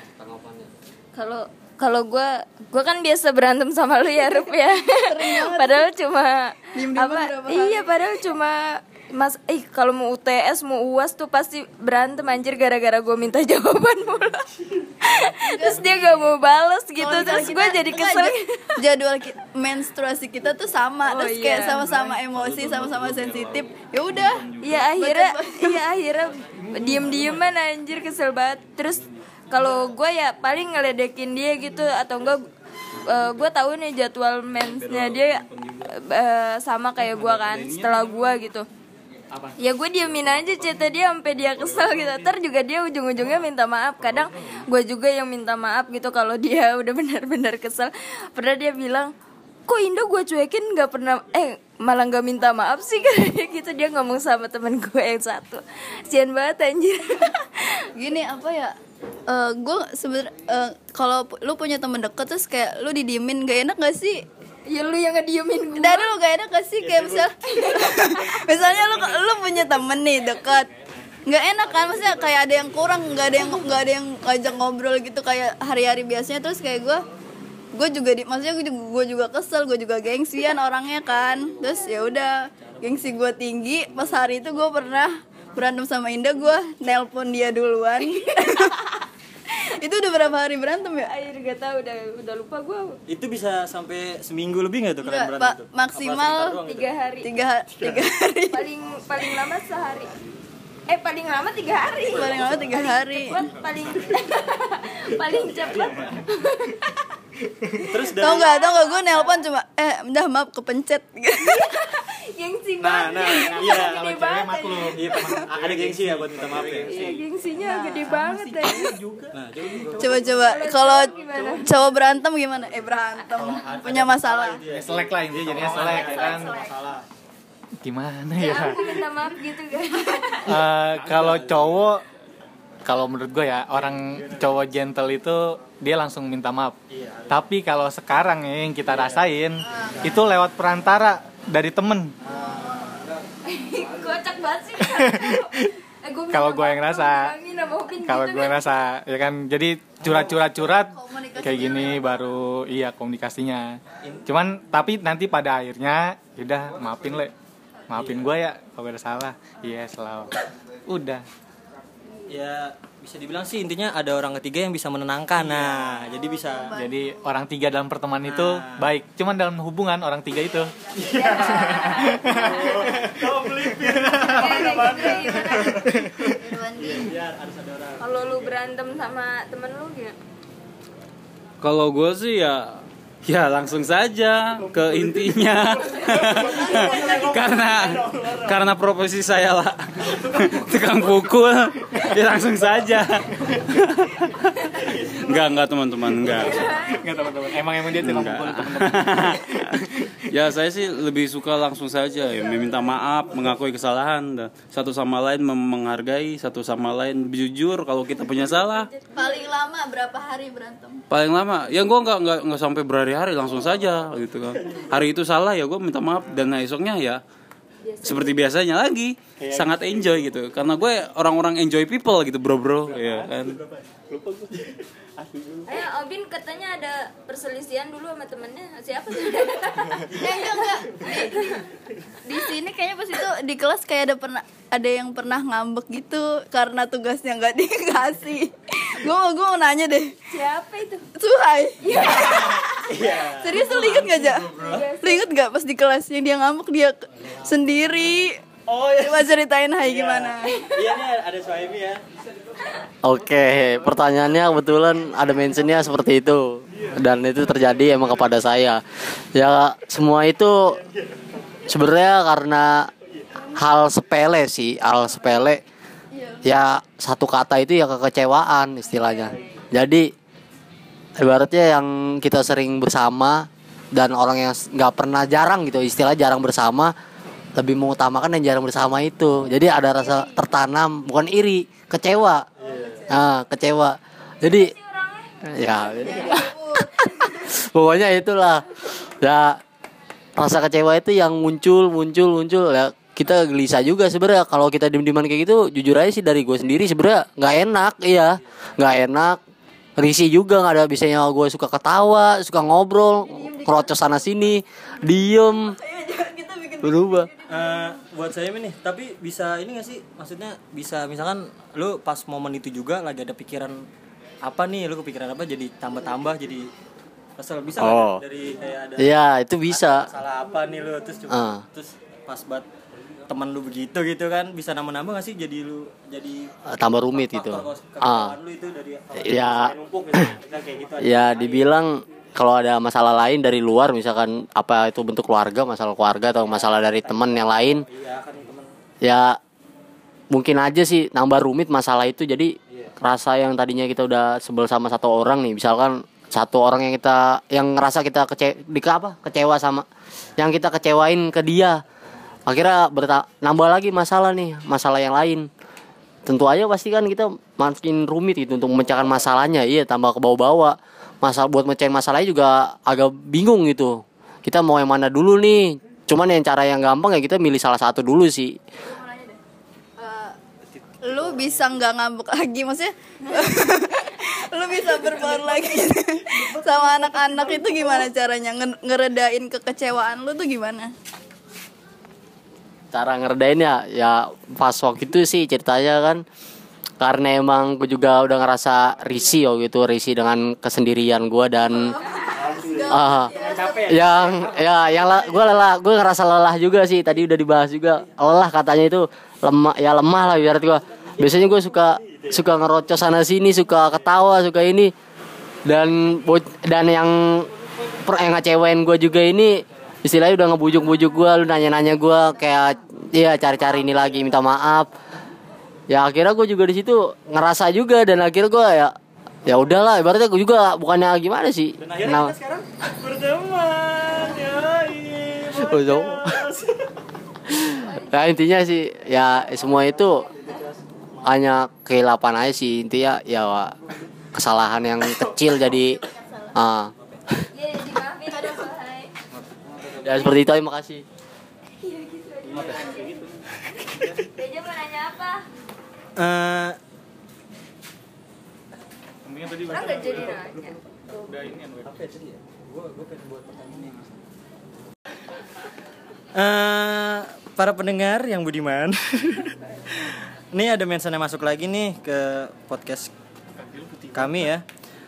[SPEAKER 5] Kalau gue kan biasa berantem sama lu ya Rup ya. Padahal cuma iya padahal cuma kalau mau UTS mau UAS tuh pasti berantem anjir gara-gara gue minta jawaban mulu. Terus dia gak mau bales gitu. Terus gue jadi kesel.
[SPEAKER 2] Jadwal menstruasi kita tuh sama. Terus kayak sama-sama emosi, sama-sama sensitif. Ya udah.
[SPEAKER 5] Iya akhirnya diem-dieman anjir, kesel banget. Terus kalau gue ya paling ngeledekin dia gitu, atau enggak gue tahu nih jadwal mensnya dia sama kayak gue kan setelah gue gitu. Ya gue diemin aja cerita dia sampai dia kesel gitu. Ntar juga dia ujung-ujungnya minta maaf. Kadang gue juga yang minta maaf gitu kalau dia udah benar-benar kesel. Pernah dia bilang, kok Indo gue cuekin nggak pernah malah nggak minta maaf sih kayak gitu. Dia ngomong sama teman gue yang satu. Sian banget anjir.
[SPEAKER 2] Gini apa ya, gue sebenernya kalau lu punya temen deket terus kayak lu didiemin, gak enak gak sih?
[SPEAKER 5] Ya lu yang ngediemin gue.
[SPEAKER 2] Dari lu gak enak gak sih kayak misalnya lu punya temen nih deket, nggak enak kan, maksudnya kayak ada yang kurang, nggak ada yang ngajak ngobrol gitu kayak hari-hari biasanya. Terus kayak gue juga maksudnya gue juga kesel, gue juga gengsian orangnya kan. Terus ya udah, gengsi gue tinggi. Pas hari itu gue pernah berantem sama Indah, gue nelpon dia duluan. Itu udah berapa hari berantem ya?
[SPEAKER 5] Air gak tahu, udah lupa gue.
[SPEAKER 1] Itu bisa sampai seminggu lebih nggak tuh kalian
[SPEAKER 2] Nggak,
[SPEAKER 1] berantem tuh?
[SPEAKER 2] maksimal
[SPEAKER 5] 3 hari.
[SPEAKER 2] 3 hari.
[SPEAKER 5] paling lama sehari. Paling lama 3 hari.
[SPEAKER 2] Paling lama 3 hari.
[SPEAKER 5] Paling cepat.
[SPEAKER 1] Terus
[SPEAKER 2] Tau nggak gue nelpon cuma udah maaf kepencet.
[SPEAKER 5] Gengsi banget.
[SPEAKER 1] Iya,
[SPEAKER 5] Gede banget.
[SPEAKER 4] maklum.
[SPEAKER 1] iya, ada gengsi ya buat minta maaf ya.
[SPEAKER 5] Iya, gengsinya gede banget aja.
[SPEAKER 1] Nah,
[SPEAKER 2] Coba kalau cowok berantem gimana? Berantem punya masalah.
[SPEAKER 4] Ya, selek lah intinya, jadinya selek kan. Gimana ya?
[SPEAKER 5] Aku minta maaf gitu kan.
[SPEAKER 4] Kalau cowok, kalau menurut gue ya, orang cowok gentle itu dia langsung minta maaf. Tapi kalau sekarang ya, yang kita rasain itu lewat perantara dari temen.
[SPEAKER 5] Kocak banget sih.
[SPEAKER 4] Kalau gue yang rasa, ya kan, jadi curhat kayak gini baru iya komunikasinya. Cuman tapi nanti pada akhirnya udah maafin gue ya kalau ada salah. Iya selalu. Udah.
[SPEAKER 1] ya bisa dibilang sih intinya ada orang ketiga yang bisa menenangkan. Nah, jadi bisa.
[SPEAKER 4] Jadi orang tiga dalam pertemanan itu baik. Cuman dalam hubungan orang tiga itu.
[SPEAKER 5] Kalau lu berantem sama temen lu gimana?
[SPEAKER 3] Kalau gue sih ya langsung saja ke intinya. karena profesi saya lah tukang pukul, ya langsung saja. Enggak teman-teman, enggak
[SPEAKER 4] teman-teman. Emang dia tukang pukul teman-teman.
[SPEAKER 3] Ya saya sih lebih suka langsung saja ya, meminta maaf, mengakui kesalahan, dan satu sama lain menghargai, satu sama lain jujur kalau kita punya salah.
[SPEAKER 2] Paling lama berapa hari berantem?
[SPEAKER 3] Paling lama ya gue nggak sampai berhari-hari, langsung saja gitu kan. Hari itu salah ya gue minta maaf, dan esoknya ya seperti biasanya lagi, sangat enjoy gitu, karena gue orang-orang enjoy people gitu bro ya kan.
[SPEAKER 5] Obin katanya ada perselisihan dulu sama temennya, siapa sih?
[SPEAKER 2] Enggak. Di sini kayaknya pas itu di kelas kayak ada yang pernah ngambek gitu karena tugasnya nggak dikasih. Gue mau nanya deh.
[SPEAKER 5] Siapa itu?
[SPEAKER 2] Suhai. Serius lu inget nggak aja? Lu inget nggak pas di kelas yang dia ngambek dia sendiri?
[SPEAKER 1] Oh iya.
[SPEAKER 2] Coba ceritain Hai gimana?
[SPEAKER 1] Iya nih ada Suhaimi ya.
[SPEAKER 6] Oke, pertanyaannya kebetulan ada mentionnya seperti itu, dan itu terjadi emang kepada saya. Ya semua itu sebenarnya karena hal sepele sih, ya satu kata itu ya kekecewaan istilahnya. Jadi ibaratnya yang kita sering bersama dan orang yang jarang gitu, istilah jarang bersama lebih mengutamakan yang jarang bersama itu. Jadi ada rasa tertanam, bukan iri, kecewa. Kecewa. Jadi ya pokoknya itulah. Ya rasa kecewa itu yang muncul ya, kita gelisah juga sebenarnya kalau kita diem-dieman kayak gitu. Jujur aja sih dari gue sendiri sebenarnya nggak enak, iya nggak enak, risih juga, nggak ada bisanya. Gue suka ketawa, suka ngobrol, ngerocos sana sini, diem, berubah.
[SPEAKER 1] Buat saya nih, tapi bisa ini gak sih? Maksudnya bisa misalkan lu pas momen itu juga lagi ada pikiran apa nih, lu kepikiran apa jadi tambah-tambah jadi kesel, bisa nggak dari kayak ada
[SPEAKER 6] Iya itu bisa.
[SPEAKER 1] masalah apa nih lu terus coba terus pas buat teman lu begitu gitu kan, bisa nambah-nambah gak sih jadi lu jadi
[SPEAKER 6] Tambah rumit gitu.
[SPEAKER 1] kekecewaan lu itu dari
[SPEAKER 6] Ya.
[SPEAKER 1] numpuk gitu. Kayak gitu aja.
[SPEAKER 6] Ya dibilang kalau ada masalah lain dari luar, misalkan apa itu bentuk keluarga, masalah keluarga atau masalah dari teman yang lain, ya mungkin aja sih nambah rumit masalah itu. Jadi rasa yang tadinya kita udah sebel sama satu orang nih, misalkan satu orang yang ngerasa kita kecewa sama yang kita kecewain ke dia, akhirnya nambah lagi masalah nih, masalah yang lain. Tentu aja pasti kan kita makin rumit gitu untuk memecahkan masalahnya. Iya, tambah ke bawah-bawah. Buat mecahin masalahnya juga agak bingung gitu. Kita mau yang mana dulu nih? Cuman yang cara yang gampang ya kita milih salah satu dulu sih.
[SPEAKER 2] Lu bisa nggak ngambek lagi, maksudnya lu bisa berbaur lagi sama anak-anak itu gimana caranya ngeredain kekecewaan lu tuh gimana?
[SPEAKER 6] Cara ngeredainnya ya pas waktu itu sih ceritanya kan, karena emang gue juga udah ngerasa risih gitu, risih dengan kesendirian gue dan gue ngerasa lelah juga sih. Tadi udah dibahas juga lelah, katanya itu lemah lah biar gue. Biasanya gue suka ngerocos sana sini, suka ketawa, suka ini, dan yang ngecewain gue juga ini istilahnya udah ngebujuk-bujuk gue, lu nanya-nanya gue kayak ya cari-cari ini lagi, minta maaf. Ya akhirnya gue juga di situ ngerasa juga, dan akhirnya gue ya udahlah, ibaratnya gue juga bukannya gimana sih.
[SPEAKER 1] Dan akhirnya kita sekarang berteman.
[SPEAKER 6] Ya intinya sih ya semua itu hanya kehilapan aja sih intinya, ya kesalahan yang kecil jadi ya seperti itu aja. Makasih.
[SPEAKER 5] Deja mau nanya apa? Kan gak jadi nanya.
[SPEAKER 1] Para pendengar yang budiman, ini ada mention yang masuk lagi nih ke podcast kami ya.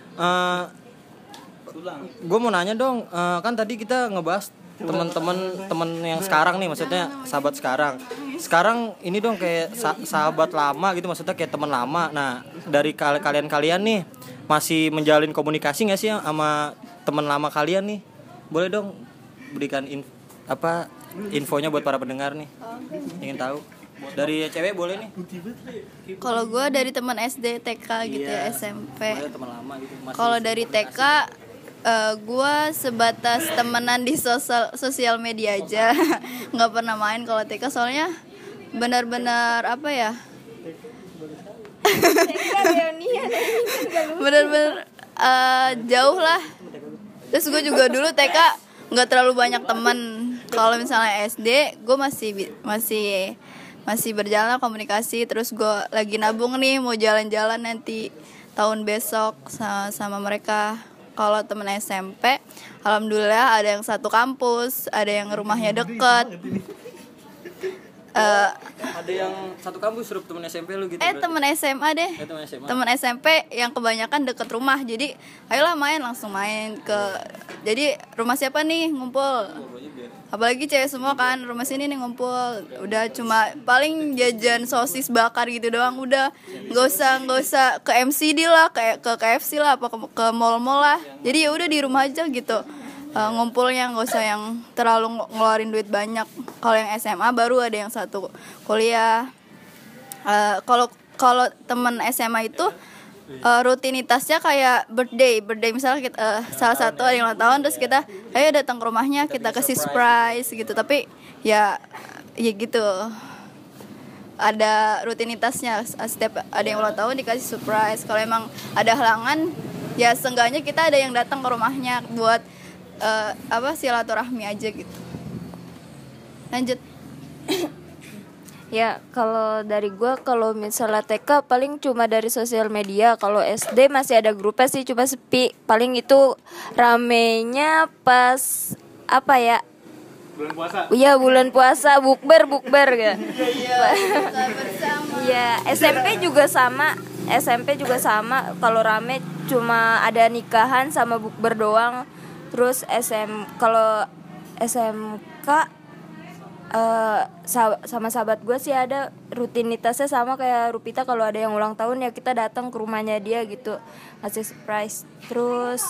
[SPEAKER 1] Gue mau nanya dong, kan tadi kita ngebahas teman yang sekarang nih, maksudnya sahabat sekarang ini dong kayak sahabat lama gitu, maksudnya kayak teman lama. Nah dari kalian nih masih menjalin komunikasi nggak sih sama teman lama kalian nih? Boleh dong berikan infonya buat para pendengar nih, ingin tahu. Dari cewek boleh nih.
[SPEAKER 2] Kalau gue dari teman SD, TK gitu ya, SMP.
[SPEAKER 1] Teman lama gitu.
[SPEAKER 2] Kalau dari TK gue sebatas temenan di sosial media aja, nggak pernah main kalau TK, soalnya benar-benar apa ya, benar-benar jauh lah. Terus gue juga dulu TK nggak terlalu banyak temen. Kalau misalnya SD gue masih berjalan komunikasi. Terus gue lagi nabung nih mau jalan-jalan nanti tahun besok sama mereka. Kalau temen SMP, alhamdulillah ada yang satu kampus, ada yang rumahnya deket.
[SPEAKER 1] Ada yang satu kampus suruh temen SMP lu gitu.
[SPEAKER 2] Temen SMA deh. Temen SMP yang kebanyakan deket rumah. Jadi ayolah langsung main ke. Jadi rumah siapa nih ngumpul. Apalagi cewek semua kan, rumah sini nih ngumpul. Udah cuma paling jajan sosis bakar gitu doang, udah. Nggak usah ke MCD lah, kayak ke KFC lah, apa ke mall-mall lah. Jadi ya udah di rumah aja gitu. Ngumpulnya nggak usah yang terlalu ngeluarin duit banyak. Kalau yang SMA baru ada yang satu kuliah. Kalau temen SMA itu rutinitasnya kayak birthday misalnya kita salah satu ada yang ulang tahun, terus kita ayo datang ke rumahnya, kita kasih surprise gitu. Tapi ya gitu, ada rutinitasnya, setiap ada yang ulang tahun dikasih surprise. Kalau emang ada halangan ya seenggaknya kita ada yang datang ke rumahnya buat silaturahmi aja gitu. Lanjut.
[SPEAKER 5] Ya kalau dari gue, kalau misalnya TK paling cuma dari sosial media. Kalau SD masih ada grupnya sih, cuma sepi. Paling itu ramenya pas apa ya?
[SPEAKER 4] Bulan puasa.
[SPEAKER 5] Iya bulan puasa, bukber ya. Iya SMP juga sama. Kalau rame cuma ada nikahan sama bukber doang. Terus kalau SMK sama sahabat gue sih ada rutinitasnya sama kayak Rupita. Kalau ada yang ulang tahun ya kita datang ke rumahnya dia gitu, ngasih surprise. Terus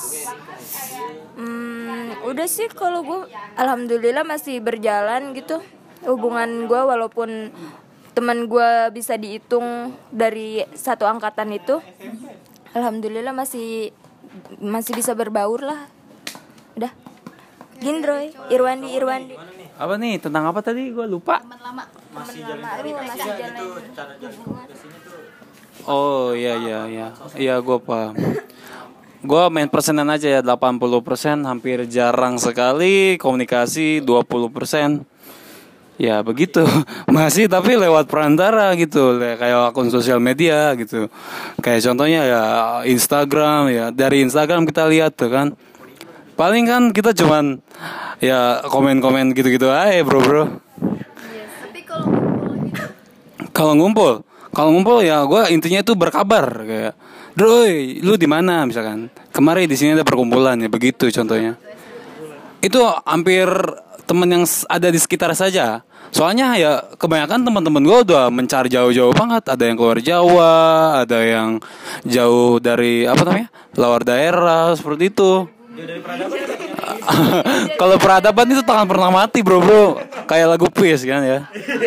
[SPEAKER 5] udah sih kalau gue alhamdulillah masih berjalan gitu hubungan gue, walaupun teman gue bisa dihitung dari satu angkatan itu, alhamdulillah masih bisa berbaur lah. Udah Gindroy, Irwandi.
[SPEAKER 3] Apa nih, tentang apa tadi? Gue lupa.
[SPEAKER 1] Masih jalin komunikasi gitu, cara jalin komunikasinya tuh.
[SPEAKER 3] Oh iya. Iya gue paham. Gue main persenan aja ya, 80%, hampir jarang sekali komunikasi 20%. Ya begitu. Masih tapi lewat perantara gitu, kayak akun sosial media gitu. Kayak contohnya ya Instagram ya. Dari Instagram kita lihat tuh kan. Paling kan kita cuman ya komen-komen gitu-gitu aja bro.
[SPEAKER 2] Tapi
[SPEAKER 3] Kalau ngumpul ya gue intinya itu berkabar kayak, "Droy, lu di mana?" misalkan. "Kemarin di sini ada perkumpulan," ya begitu contohnya. Itu hampir teman yang ada di sekitar saja. Soalnya ya kebanyakan teman-teman gue udah mencari jauh-jauh banget. Ada yang keluar Jawa, ada yang jauh dari luar daerah seperti itu. Kalau peradaban itu takkan pernah mati bro. Kayak lagu Peace kan ya.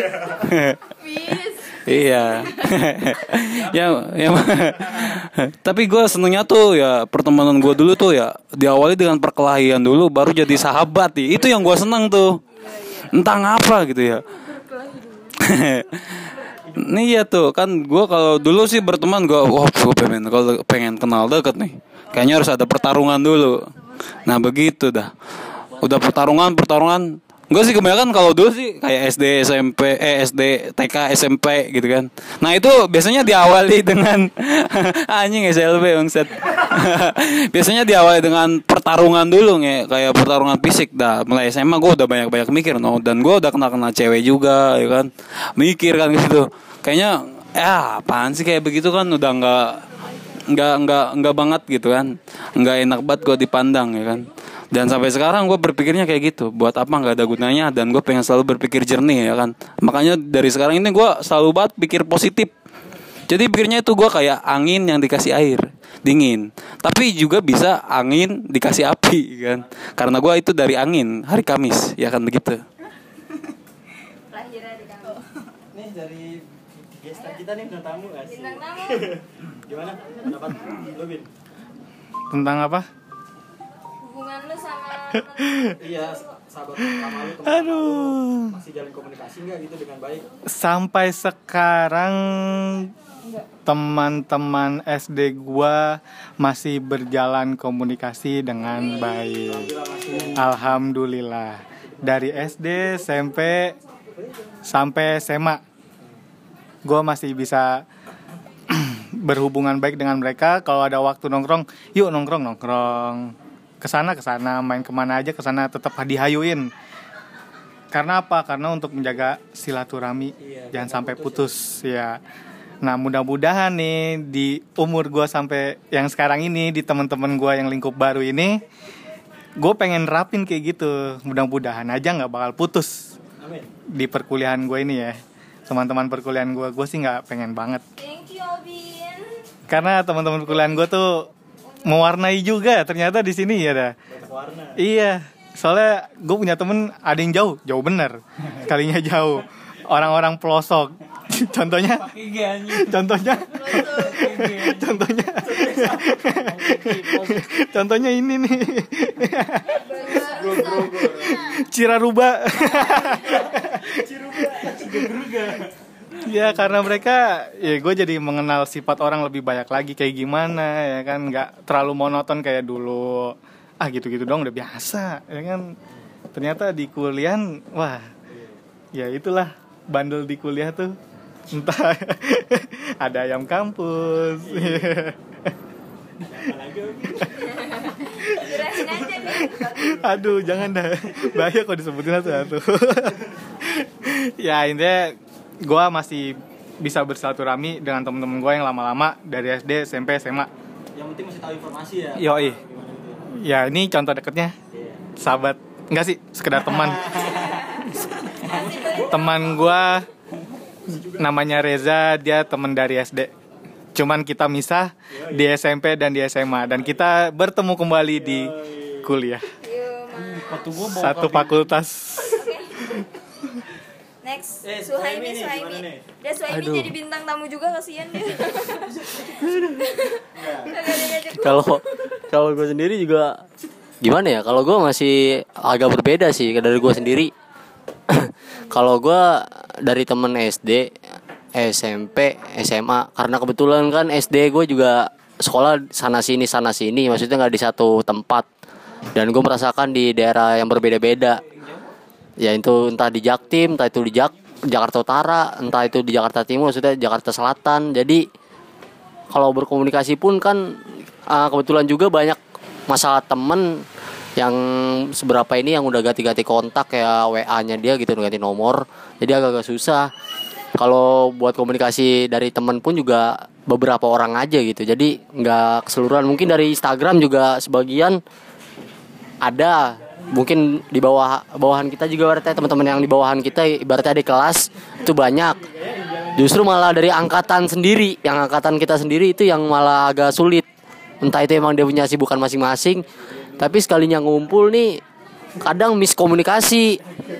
[SPEAKER 3] Iya. ya. Tapi gue senengnya tuh ya pertemanan gue dulu tuh ya diawali dengan perkelahian dulu, baru jadi sahabat. Itu yang gue seneng tuh. Entah ngapa gitu ya. Nih ya tuh kan gue kalau dulu sih berteman gue kalau pengen kenal deket nih, kayaknya harus ada pertarungan dulu. Nah begitu dah. Udah pertarungan. Gue sih kebanyakan kalau dulu sih kayak SD, SMP, SD, TK, SMP gitu kan. Nah itu biasanya diawali dengan anjing SLB bangset. Biasanya diawali dengan pertarungan dulu kayak pertarungan fisik dah. Mulai SMA gue udah banyak mikir dan gue udah kenal cewek juga ya kan. Mikir kan gitu. Kayaknya apaan sih kayak begitu kan, udah enggak banget gitu kan. Enggak enak banget gue dipandang ya kan. Dan sampai sekarang gue berpikirnya kayak gitu, buat apa nggak ada gunanya, dan gue pengen selalu berpikir jernih ya kan. Makanya dari sekarang ini gue selalu banget pikir positif. Jadi pikirnya itu gue kayak angin yang dikasih air dingin, tapi juga bisa angin dikasih api kan. Karena gue itu dari angin hari Kamis ya kan begitu.
[SPEAKER 1] Nih dari gestar kita nih bintang tamu guys. Gimana pendapat lu Bin?
[SPEAKER 4] Tentang apa?
[SPEAKER 5] Hubungan lu sama
[SPEAKER 1] Iya, sahabat lama lu, teman lu masih jalin komunikasi nggak gitu dengan baik?
[SPEAKER 4] Sampai sekarang teman-teman SD gua masih berjalan komunikasi dengan baik. Alhamdulillah. Dari SD, SMP sampai SMA gua masih bisa berhubungan baik dengan mereka. Kalau ada waktu nongkrong, yuk nongkrong. Kesana main kemana aja kesana, tetap dihayuin. Karena apa? Karena untuk menjaga silaturahmi, jangan sampai putus ya. Nah mudah-mudahan nih di umur gue sampai yang sekarang ini, di teman-teman gue yang lingkup baru ini, gue pengen rapin kayak gitu. Mudah-mudahan aja nggak bakal putus.
[SPEAKER 1] Amin.
[SPEAKER 4] Di perkuliahan gue ini ya, teman-teman perkuliahan gue sih nggak pengen banget.
[SPEAKER 5] Thank you Bin.
[SPEAKER 4] Karena teman-teman perkuliahan gue tuh mewarnai juga ternyata di sini ya dah. Iya, soalnya gue punya temen ada yang jauh bener, kalinya jauh, orang-orang pelosok. Contohnya ini nih. Ciraruba. Ya karena mereka, ya gue jadi mengenal sifat orang lebih banyak lagi kayak gimana ya kan, nggak terlalu monoton kayak dulu. Gitu dong udah biasa ya kan. Ternyata di kuliah, wah, ya itulah bandel di kuliah tuh entah ada ayam kampus.
[SPEAKER 2] Jelasin aja nih.
[SPEAKER 4] Aduh, jangan dah. Bahaya kalau disebutin satu-satu. Ya, intinya gue masih bisa bersilaturahmi dengan teman-teman gue yang lama-lama dari SD, SMP, SMA.
[SPEAKER 1] Yang penting masih tahu informasi ya.
[SPEAKER 4] Yoi. Ya, ini contoh deketnya. Sahabat. Enggak sih, sekedar teman. Teman gue namanya Reza, dia teman dari SD. Cuman kita misah di SMP dan di SMA, dan kita bertemu kembali di kuliah. Satu fakultas.
[SPEAKER 2] Next, Suhaimi. Dia Suhaimi jadi bintang tamu juga, kasihan dia.
[SPEAKER 6] Kalau gue sendiri juga gimana ya? Kalau gue masih agak berbeda sih dari gue sendiri. Kalau gue dari temen SD, SMP, SMA, karena kebetulan kan SD gue juga sekolah sana sini, maksudnya nggak di satu tempat, dan gue merasakan di daerah yang berbeda-beda. Ya itu entah di Jaktim, entah itu di Jakarta Utara, entah itu di Jakarta Timur, maksudnya Jakarta Selatan. Jadi kalau berkomunikasi pun kan kebetulan juga banyak masalah temen yang seberapa ini yang udah ganti-ganti kontak, kayak WA-nya dia gitu, ganti nomor. Jadi agak-agak susah. Kalau buat komunikasi dari temen pun juga beberapa orang aja gitu. Jadi nggak keseluruhan. Mungkin dari Instagram juga sebagian ada. Mungkin di bawahan kita juga berarti teman-teman yang di bawahan kita ibaratnya di kelas itu banyak. Justru malah dari angkatan sendiri, yang angkatan kita sendiri itu yang malah agak sulit. Entah itu emang dia punya sibukan masing-masing, tapi sekalinya ngumpul nih kadang miskomunikasi.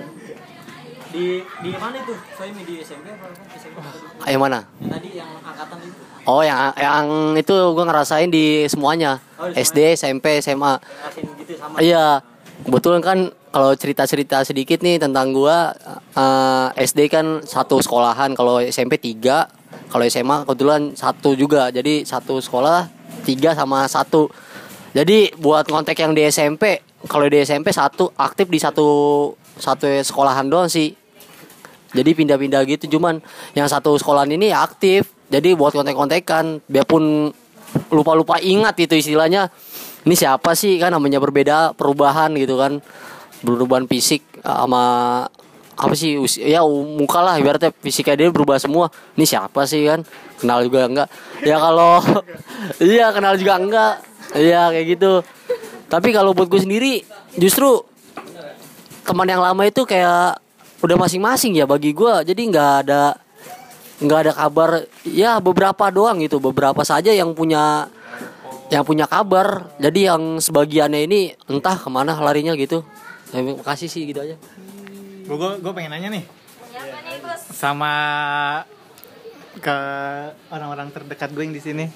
[SPEAKER 1] Di mana itu? Saya di SMP apa SMP?
[SPEAKER 6] Yang mana?
[SPEAKER 1] Yang tadi yang angkatan itu.
[SPEAKER 6] Oh, yang itu gue ngerasain di semuanya. SD, SMP, SMA.
[SPEAKER 1] Gitu sama.
[SPEAKER 6] Iya. Kebetulan kan kalau cerita-cerita sedikit nih tentang gua, SD kan satu sekolahan, kalau SMP 3, kalau SMA kebetulan satu juga. Jadi satu sekolah 3 sama 1. Jadi buat kontak yang di SMP, kalau di SMP satu aktif di satu sekolahan doang sih. Jadi pindah-pindah gitu, cuman yang satu sekolahan ini ya aktif. Jadi buat kontak-kontakan, biarpun lupa-lupa ingat itu istilahnya. Ini siapa sih, kan namanya berbeda, perubahan gitu kan, perubahan fisik sama apa sih ya muka lah, ibaratnya fisiknya dia berubah semua. Ini siapa sih kan, kenal juga enggak ya, kalau iya kenal juga enggak, iya kayak gitu. Tapi kalau buat gue sendiri justru teman yang lama itu kayak udah masing-masing ya bagi gue. Jadi nggak ada kabar ya, beberapa doang gitu, beberapa saja yang punya kabar. Jadi yang sebagiannya ini entah kemana larinya gitu. Terima kasih sih, gitu aja.
[SPEAKER 4] Gue pengen nanya nih.
[SPEAKER 2] Apa nih, Bos?
[SPEAKER 4] Sama ke orang-orang terdekat gue yang di sini.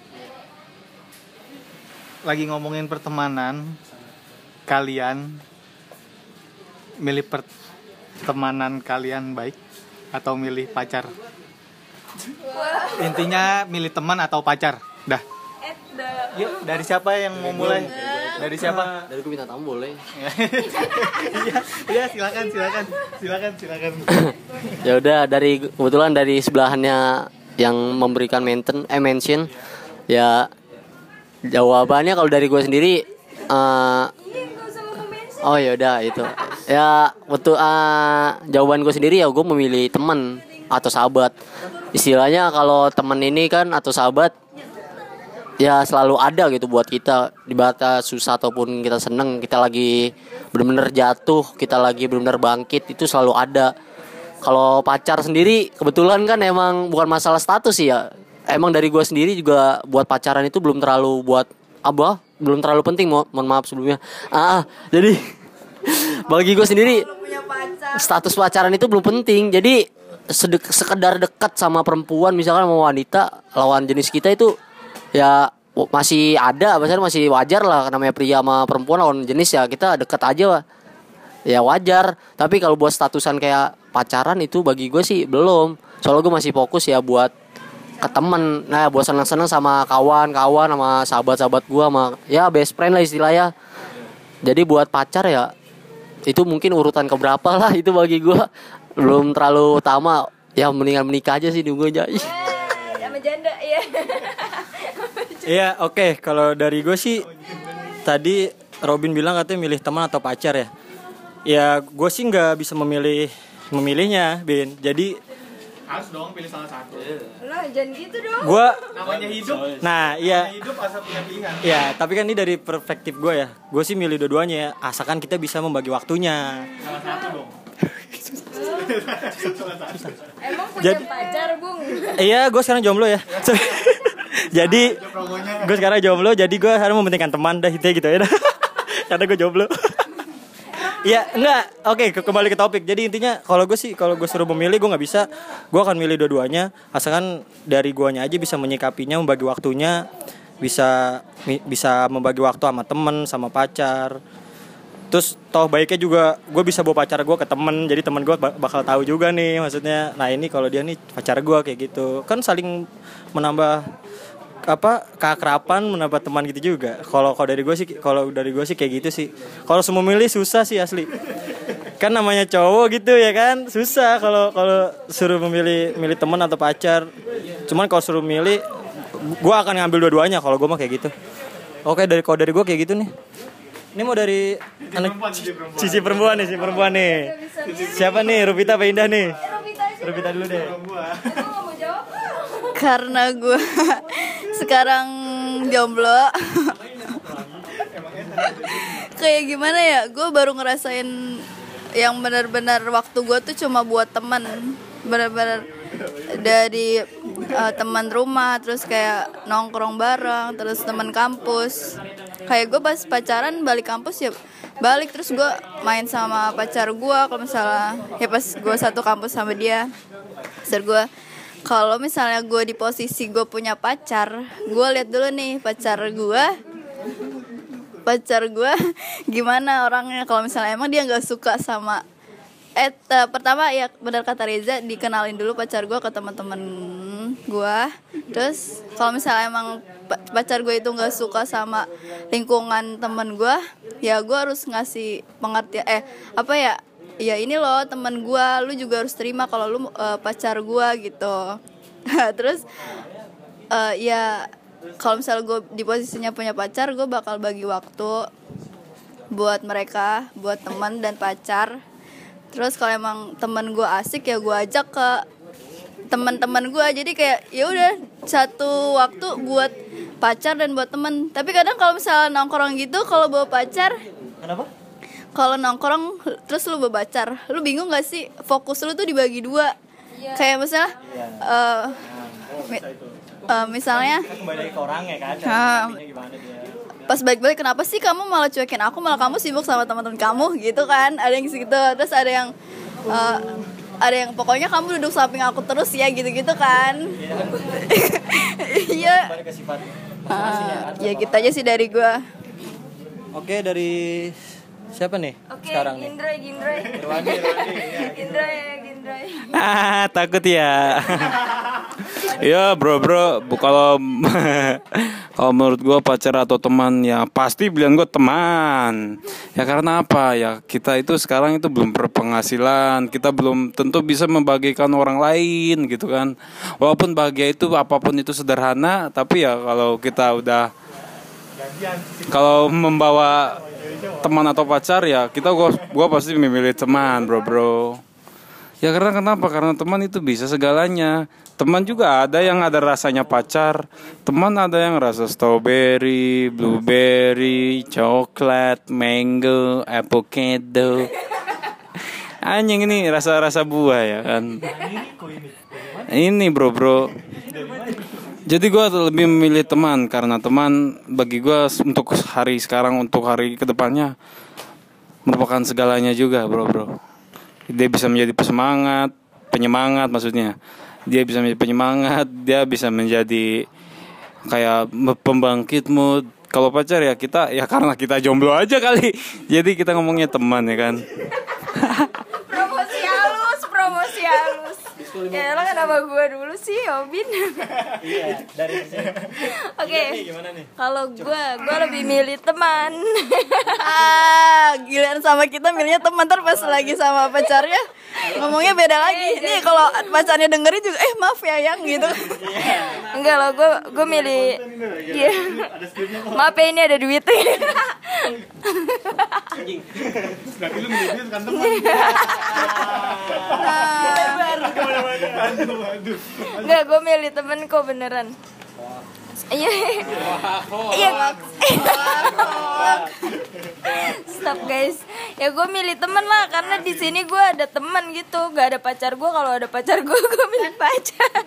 [SPEAKER 4] Lagi ngomongin pertemanan, kalian milih pertemanan kalian baik atau milih pacar? Intinya milih teman atau pacar. Dah. Yuk, dari siapa yang mau mulai? Dari siapa?
[SPEAKER 6] Dari gue minta tamu boleh.
[SPEAKER 4] Iya, silakan.
[SPEAKER 6] Ya udah, dari kebetulan dari sebelahannya yang memberikan mention ya, jawabannya kalau dari gue sendiri oh ya udah itu. Ya betul, jawaban gue sendiri ya gue memilih teman atau sahabat. Istilahnya kalau teman ini kan atau sahabat ya selalu ada gitu buat kita di batas susah ataupun kita seneng, kita lagi benar-benar jatuh, kita lagi benar-benar bangkit, itu selalu ada. Kalau pacar sendiri kebetulan kan emang bukan masalah status sih ya. Emang dari gue sendiri juga buat pacaran itu belum terlalu belum terlalu penting, mohon maaf sebelumnya. Jadi bagi gue sendiri status pacaran itu belum penting. Jadi sekedar dekat sama perempuan, misalkan sama wanita lawan jenis kita itu ya masih ada, maksudnya masih wajar lah, namanya pria sama perempuan lawan jenis ya kita dekat aja lah. Ya wajar. Tapi kalau buat statusan kayak pacaran itu bagi gue sih belum. Soalnya gue masih fokus ya buat ke temen, nah buat seneng-seneng sama kawan-kawan, sama sahabat-sahabat gue, sama ya best friend lah istilahnya. Jadi buat pacar ya itu mungkin urutan keberapa lah itu bagi gue. belum terlalu utama, ya mendingan menikah aja sih nunggu aja.
[SPEAKER 5] Sama janda ya.
[SPEAKER 1] Iya, oke. Kalau dari gue sih tadi Robin bilang katanya milih teman atau pacar ya. Ya gue sih nggak bisa memilihnya, Bin. Jadi
[SPEAKER 4] Harus dong pilih salah satu.
[SPEAKER 5] Lah jangan gitu dong.
[SPEAKER 1] gue,
[SPEAKER 4] Namanya hidup.
[SPEAKER 1] nah iya,
[SPEAKER 4] Hidup asal punya pilihan.
[SPEAKER 1] ya. Tapi kan ini dari perspektif gue ya. Gue sih milih dua-duanya ya. Asalkan kita bisa membagi waktunya.
[SPEAKER 4] Salah satu dong.
[SPEAKER 5] Emang punya
[SPEAKER 1] Jadi-
[SPEAKER 5] pacar, Bung?
[SPEAKER 1] Iya, gue sekarang jomblo ya. Jadi gue sekarang jomblo, jadi gue harus mementingkan teman dah itu gitu ya. Karena gue jomblo. Iya, enggak. Oke, kembali ke topik. Jadi intinya kalau gue suruh memilih, gue nggak bisa. Gue akan milih dua-duanya. Asalkan dari guanya aja bisa menyikapinya, membagi waktunya, bisa membagi waktu sama temen, sama pacar. Terus toh baiknya juga gue bisa bawa pacar gue ke temen, jadi temen gue bakal tahu juga nih maksudnya. Nah ini kalau dia nih pacar gue kayak gitu, kan saling menambah keakraban, menambah teman gitu juga. Kalau dari gue sih kayak gitu sih. Kalau semua milih susah sih asli. Kan namanya cowok gitu ya kan, susah kalau suruh milih teman atau pacar. Cuman kalau suruh milih, gue akan ngambil dua-duanya kalau gue mah kayak gitu. Oke, dari gue kayak gitu nih. Ini mau dari sisi perempuan nih. Siapa nih? Rupita apa Indah nih? Rupita dulu deh.
[SPEAKER 2] Karena gue sekarang jomblo. Kayak gimana ya? Gue baru ngerasain yang benar-benar waktu gue tuh cuma buat teman. Benar-benar dari teman rumah, terus kayak nongkrong bareng, terus teman kampus. Kayak gue pas pacaran balik kampus ya balik, terus gue main sama pacar gue. Kalau misalnya ya pas gue satu kampus sama dia, terus gue kalau misalnya gue di posisi gue punya pacar, gue lihat dulu nih pacar gue gimana orangnya. Kalau misalnya emang dia nggak suka sama pertama ya benar kata Reza, dikenalin dulu pacar gue ke teman-teman gue. Terus kalau misalnya emang pacar gue itu nggak suka sama lingkungan teman gue, ya gue harus ngasih pengertian ya ini loh teman gue, lu juga harus terima kalau lu pacar gue gitu. Terus ya kalau misalnya gue di posisinya punya pacar, gue bakal bagi waktu buat mereka, buat teman dan pacar. Terus kalau emang teman gue asik ya gue ajak ke teman-teman gue. Jadi kayak ya udah satu waktu buat pacar dan buat teman. Tapi kadang kalau misalnya nongkrong gitu, kalau bawa pacar,
[SPEAKER 1] Kenapa?
[SPEAKER 2] kalau nongkrong terus lu bawa pacar, lu bingung gak sih fokus lu tuh dibagi dua? Kayak misalnya misalnya
[SPEAKER 1] Kembali ke orangnya kan. Gimana dia?
[SPEAKER 2] pas balik-balik, kenapa sih kamu malah cuekin aku, malah kamu sibuk sama teman-teman kamu gitu kan? Ada yang segitu. Terus ada yang pokoknya kamu duduk samping aku terus ya gitu-gitu kan. Iya.
[SPEAKER 1] Kembali ke sifat.
[SPEAKER 2] Ya gitu aja sih dari gua.
[SPEAKER 1] Oke, dari siapa nih sekarang nih?
[SPEAKER 5] Gindray. Gindray.
[SPEAKER 3] Takut ya. Ya bro, kalau menurut gue pacar atau teman ya pasti pilihan gue teman. Ya karena apa ya, kita itu sekarang itu belum berpenghasilan, kita belum tentu bisa membagikan orang lain gitu kan. Walaupun bahagia itu apapun itu sederhana, tapi ya kalau membawa teman atau pacar ya gue pasti memilih teman bro. Ya karena kenapa? Karena teman itu bisa segalanya. Teman juga ada yang ada rasanya pacar. Teman ada yang rasa strawberry, blueberry, coklat, mango, avocado. Anjing ini rasa-rasa buah ya kan. Ini bro. Jadi gue lebih memilih teman. Karena teman bagi gue untuk hari sekarang, untuk hari kedepannya merupakan segalanya juga bro. Dia bisa menjadi penyemangat maksudnya. Dia bisa menjadi penyemangat, dia bisa menjadi kayak pembangkit mood. Kalau pacar ya kita ya karena kita jomblo aja kali. Jadi kita ngomongnya teman ya kan.
[SPEAKER 5] Promosi halus. Ya lo kenapa gue dulu sih, Obin?
[SPEAKER 1] Iya, dari sini.
[SPEAKER 5] Oke.
[SPEAKER 1] Gimana nih?
[SPEAKER 5] Kalau gue lebih milih teman.
[SPEAKER 2] Giliran sama kita milihnya teman, ntar pas lagi sama pacarnya ngomongnya beda lagi. Nih kalau pacarnya dengerin juga maaf ya yang gitu.
[SPEAKER 5] Enggak loh, gue milih. Iya. Maaf ya, ini ada duit.
[SPEAKER 4] Berarti lu milih dia kan teman.
[SPEAKER 5] Enggak, gue milih temen kok beneran. Iya. Iya. Stop guys. Ya gue milih temen lah, karena di sini gue ada teman gitu. Gak ada pacar gue. Kalau ada pacar gue milih pacar.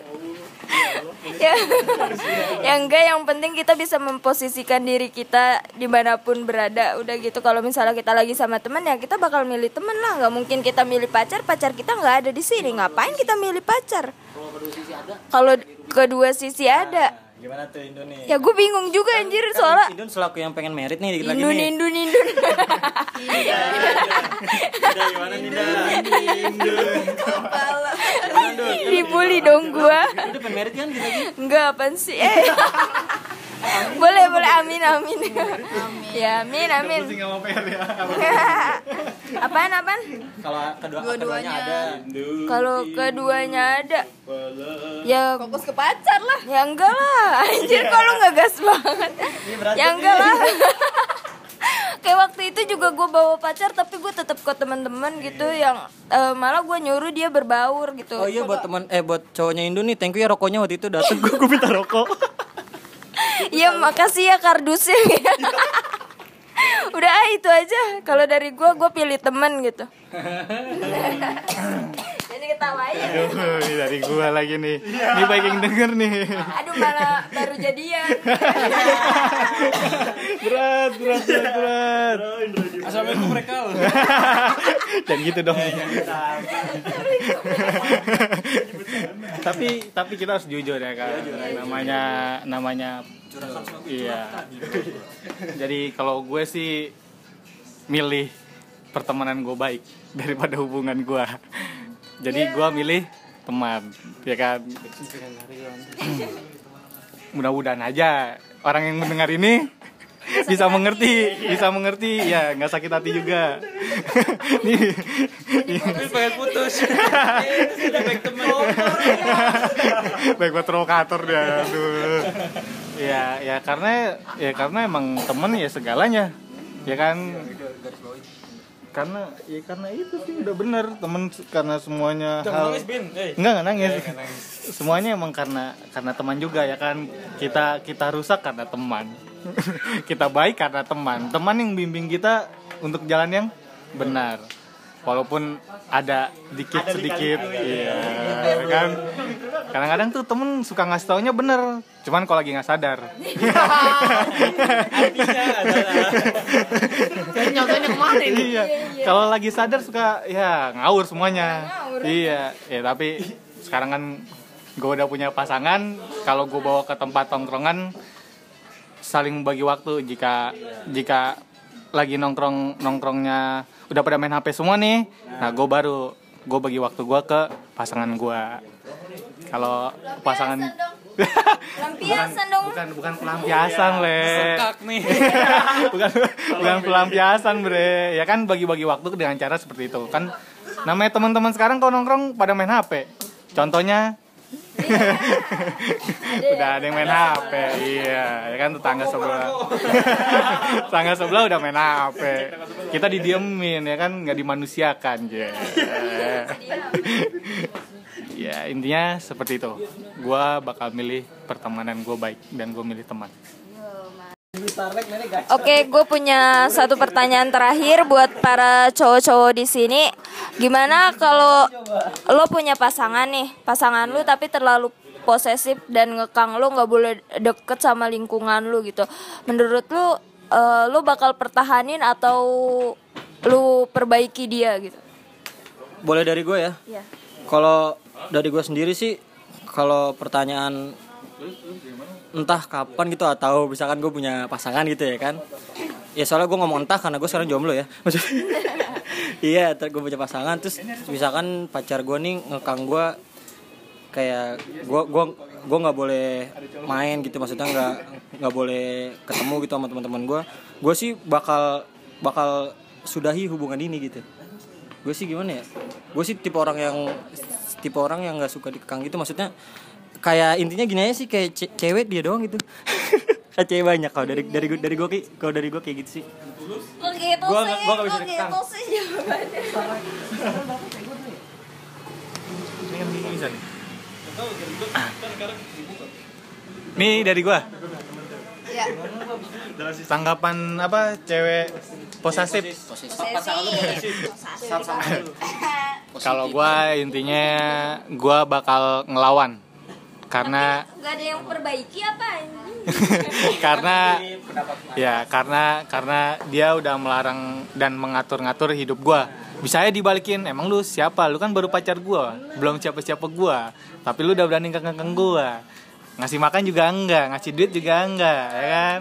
[SPEAKER 5] Ya enggak, yang penting kita bisa memposisikan diri kita dimanapun berada. Udah gitu, kalau misalnya kita lagi sama teman ya kita bakal milih teman lah. Nggak mungkin kita milih pacar kita nggak ada di sini. Ngapain kita milih pacar kalau kedua sisi ada?
[SPEAKER 1] Gimana tuh Indun nih?
[SPEAKER 5] Ya gue bingung juga anjir, soalnya
[SPEAKER 1] Indun selaku yang pengen merit nih dikit lagi
[SPEAKER 5] Indun.
[SPEAKER 1] nih. Gimana nih
[SPEAKER 5] Dibully dong gue.
[SPEAKER 1] Udah pengen merit kan kita lagi?
[SPEAKER 5] Enggak, apaan sih? Boleh, amin. Ya, amin.
[SPEAKER 4] Pusing sama PR ya.
[SPEAKER 5] Apaan?
[SPEAKER 1] Kalau keduanya ada.
[SPEAKER 5] Kalau keduanya ada, ya
[SPEAKER 2] Fokus ke pacar lah.
[SPEAKER 5] ya enggak lah. Anjir, kok lu ngegas banget. Ya enggak lah. Kayak waktu itu juga gue bawa pacar, tapi gue tetap ke teman-teman gitu yang malah gue nyuruh dia berbaur gitu.
[SPEAKER 1] Oh iya, buat cowoknya Indun nih, thank you ya rokoknya waktu itu datang gue minta rokok.
[SPEAKER 5] Iya, makasih ya kardusnya. Udah itu aja. Kalau dari gue pilih teman gitu. Jadi ketawain.
[SPEAKER 4] Aduh, ini dari gua lagi nih. Ini baik yang denger nih.
[SPEAKER 5] Aduh, malah baru jadian.
[SPEAKER 4] Berat.
[SPEAKER 3] Assalamualaikum mereka.
[SPEAKER 4] Jangan gitu dong. Tapi kita harus jujur ya kan. Namanya iya. Jadi kalau gue sih milih pertemanan gue baik daripada hubungan gue. Jadi gue milih teman, ya kan. Mudah-mudahan aja orang yang mendengar ini bisa mengerti, ya nggak sakit hati juga. Nih,
[SPEAKER 3] Pengen putus. Baik teman.
[SPEAKER 4] baik buat provokator dia. Aduh. Ya karena emang temen ya segalanya, ya kan. Karena itu sih udah bener, temen karena semuanya nggak nangis. Semuanya emang karena teman juga, ya kan. Kita rusak karena teman. Kita baik karena teman yang bimbing kita untuk jalan yang benar, walaupun ada sedikit iya kan. Kadang-kadang tuh temen suka ngasih taunya bener, cuman kalau lagi nggak sadar.
[SPEAKER 6] Nyontohnya kemarin.
[SPEAKER 4] Iya. Kalau lagi sadar suka ya ngawur semuanya. Iya. Ya tapi sekarang kan gue udah punya pasangan. Kalau gue bawa ke tempat tongkrongan, saling bagi waktu. Jika lagi nongkrongnya udah pada main HP semua nih, nah gue bagi waktu gue ke pasangan gue. Kalau pasangan
[SPEAKER 5] Pelampiasan dong.
[SPEAKER 4] bukan pelampiasan, Le.
[SPEAKER 3] Sekak nih.
[SPEAKER 4] bukan pelampiasan, Bre. Ya kan bagi-bagi waktu dengan cara seperti itu. Kan namanya teman-teman sekarang kalau nongkrong pada main HP. Contohnya udah ada yang main HP. Iya, ya kan tetangga sebelah udah main HP. Kita didiemin, ya kan, nggak dimanusiakan, Ya intinya seperti itu. Gua bakal milih pertemanan gue baik dan gue milih teman.
[SPEAKER 5] Oke, gue punya satu pertanyaan terakhir buat para cowok-cowok di sini. Gimana kalau lo punya pasangan nih, pasangan lu tapi terlalu posesif dan ngekang lo, nggak boleh deket sama lingkungan lu gitu. Menurut lu, lo bakal pertahanin atau lu perbaiki dia gitu?
[SPEAKER 1] Boleh dari gue ya.
[SPEAKER 5] Iya.
[SPEAKER 1] Kalau dari gue sendiri sih, kalau pertanyaan entah kapan gitu, atau misalkan gue punya pasangan gitu ya kan. Ya soalnya gue ngomong entah karena gue sekarang jomblo ya. Iya, gue punya pasangan terus misalkan pacar gue nih ngekang gue kayak gue nggak boleh main gitu, maksudnya nggak boleh ketemu gitu sama teman-teman gue sih bakal sudahi hubungan ini gitu. Gue sih gimana ya, gue sih tipe orang yang nggak suka dikekang gitu, maksudnya kayak intinya gini aja sih, kayak cewek dia doang gitu. Kayak cewek banyak. Kalau dari gue kayak gitu sih.
[SPEAKER 2] Oke,
[SPEAKER 1] Gua nggak bisa dikekang.
[SPEAKER 2] itu sih jawabannya.
[SPEAKER 4] Ini kan bisa nih. Nih dari gua.
[SPEAKER 2] Ya.
[SPEAKER 4] Tanggapan apa cewek posesif? Kalau gua intinya gua bakal ngelawan. Karena
[SPEAKER 2] Gak ada yang perbaiki apa ini?
[SPEAKER 4] karena dia udah melarang dan mengatur-ngatur hidup gua. Bisa aja dibalikin, emang lu siapa? Lu kan baru pacar gua, belum siapa-siapa gua. Tapi lu udah berani kekang gua. Ngasih makan juga enggak, ngasih duit juga enggak, ya kan?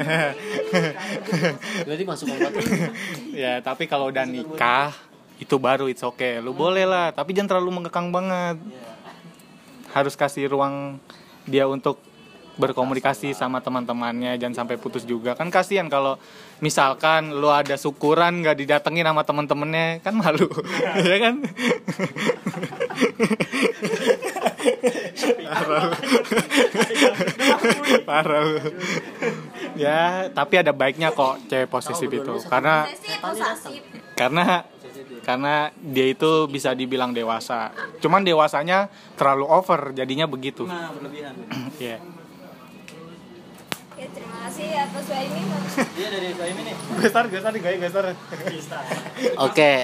[SPEAKER 6] Berarti masuk komplot.
[SPEAKER 4] Ya, tapi kalau udah nikah itu baru it's okay. Lu boleh lah, tapi jangan terlalu mengekang banget. Harus kasih ruang dia untuk berkomunikasi sama teman-temannya, jangan sampai putus juga. Kan kasihan kalau misalkan lu ada syukuran nggak didatengin sama teman-temannya, kan malu. Ya kan? Parah. Ya, tapi ada baiknya kok cewek posesif itu. Karena dia itu bisa dibilang dewasa. Cuman dewasanya terlalu over, jadinya begitu.
[SPEAKER 1] Nah, berlebihan.
[SPEAKER 4] Iya.
[SPEAKER 2] Oke, terima kasih atas Suhaimi.
[SPEAKER 1] Dia dari Suhaimi nih.
[SPEAKER 4] Gue start.
[SPEAKER 6] Oke,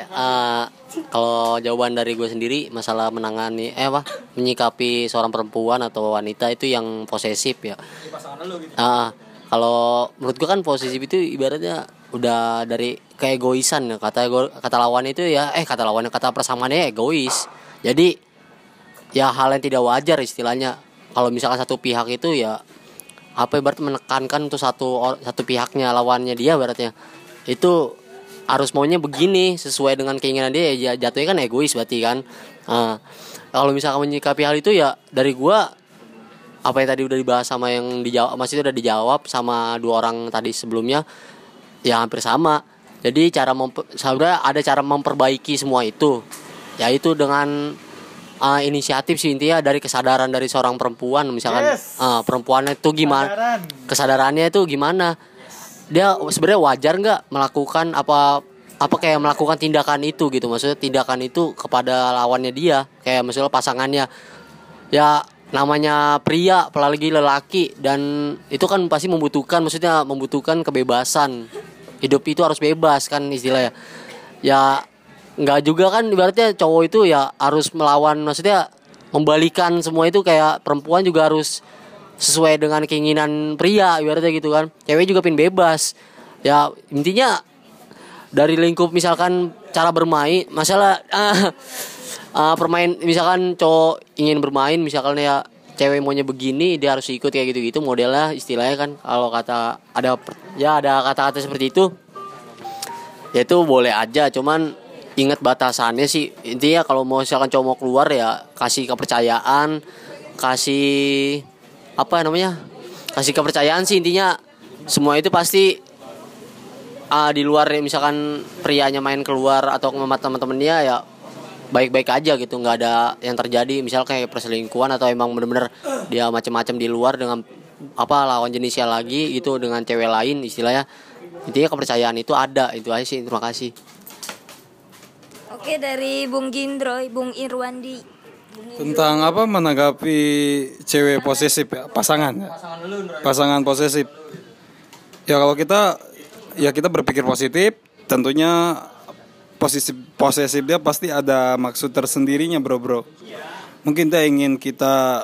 [SPEAKER 6] kalau jawaban dari gue sendiri masalah menyikapi seorang perempuan atau wanita itu yang posesif ya.
[SPEAKER 1] Di pasangan lu gitu.
[SPEAKER 6] Kalau menurut gue kan posesif itu ibaratnya udah dari keegoisan ya, kata lawannya itu ya kata persamaannya egois. Jadi ya hal yang tidak wajar istilahnya. Kalau misalkan satu pihak itu ya berarti menekankan untuk satu pihaknya, lawannya dia berarti itu harus maunya begini sesuai dengan keinginan dia, ya jatuhnya kan egois berarti kan. Kalau misalkan menyikapi hal itu ya dari gua apa yang tadi udah dibahas sama yang dijawab, masih udah dijawab sama dua orang tadi sebelumnya, ya hampir sama. Jadi sebenarnya ada cara memperbaiki semua itu, yaitu dengan inisiatif sih intinya dari kesadaran dari seorang perempuan. Misalkan perempuannya itu gimana, kesadarannya itu gimana, dia sebenarnya wajar nggak melakukan apa kayak melakukan tindakan itu gitu, maksudnya tindakan itu kepada lawannya dia, kayak misalnya pasangannya. Ya namanya pria apalagi lelaki, dan itu kan pasti membutuhkan kebebasan. Hidup itu harus bebas kan istilahnya. Ya nggak juga kan ibaratnya cowok itu ya harus melawan, maksudnya membalikan semua itu, kayak perempuan juga harus sesuai dengan keinginan pria ibaratnya gitu kan. Cewek juga pengen bebas. Ya intinya dari lingkup misalkan cara bermain, masalah permain, misalkan cowok ingin bermain misalkan ya cewek maunya begini, dia harus ikut kayak gitu-gitu modelnya istilahnya kan. Kalau ada kata-kata seperti itu, ya itu boleh aja, cuman ingat batasannya sih. Intinya kalau misalkan cowok mau keluar ya kasih kepercayaan, kasih kepercayaan sih intinya. Semua itu pasti di luar misalkan prianya main keluar atau sama teman-temannya ya baik-baik aja gitu, nggak ada yang terjadi misal kayak perselingkuhan atau emang bener-bener dia macam-macam di luar dengan lawan jenisnya lagi gitu dengan cewek lain istilahnya. Intinya kepercayaan itu ada, itu aja sih. Terima kasih.
[SPEAKER 2] Oke, dari Bung Gindroy, Bung Irwandi.
[SPEAKER 7] Tentang menanggapi cewek posesif ya, pasangan posesif. Ya kalau kita berpikir positif, tentunya posesif dia pasti ada maksud tersendirinya bro. Mungkin dia ingin kita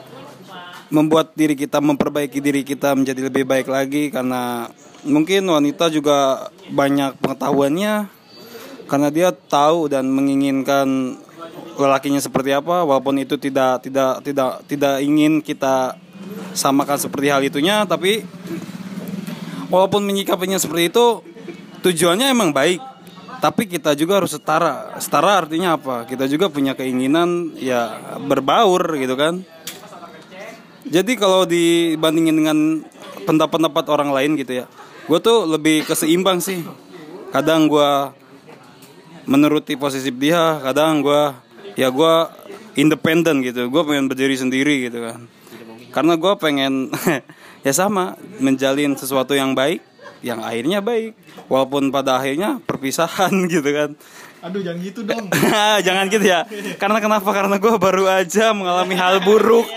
[SPEAKER 7] memperbaiki diri kita menjadi lebih baik lagi, karena mungkin wanita juga banyak pengetahuannya, karena dia tahu dan menginginkan lelakinya seperti apa, walaupun itu tidak ingin kita samakan seperti hal itunya, tapi walaupun menyikapinya seperti itu tujuannya emang baik. Tapi kita juga harus setara. Setara artinya apa? Kita juga punya keinginan ya berbaur gitu kan. Jadi kalau dibandingin dengan pendapat-pendapat orang lain gitu ya, gue tuh lebih keseimbang sih. Kadang gue menuruti posisi dia, kadang gue independen gitu. Gue pengen berdiri sendiri gitu kan. Karena gue pengen ya sama, menjalin sesuatu yang baik, yang akhirnya baik, walaupun pada akhirnya perpisahan gitu kan.
[SPEAKER 4] Aduh, jangan gitu dong.
[SPEAKER 7] Jangan gitu ya. Karena kenapa? Karena gue baru aja mengalami hal buruk.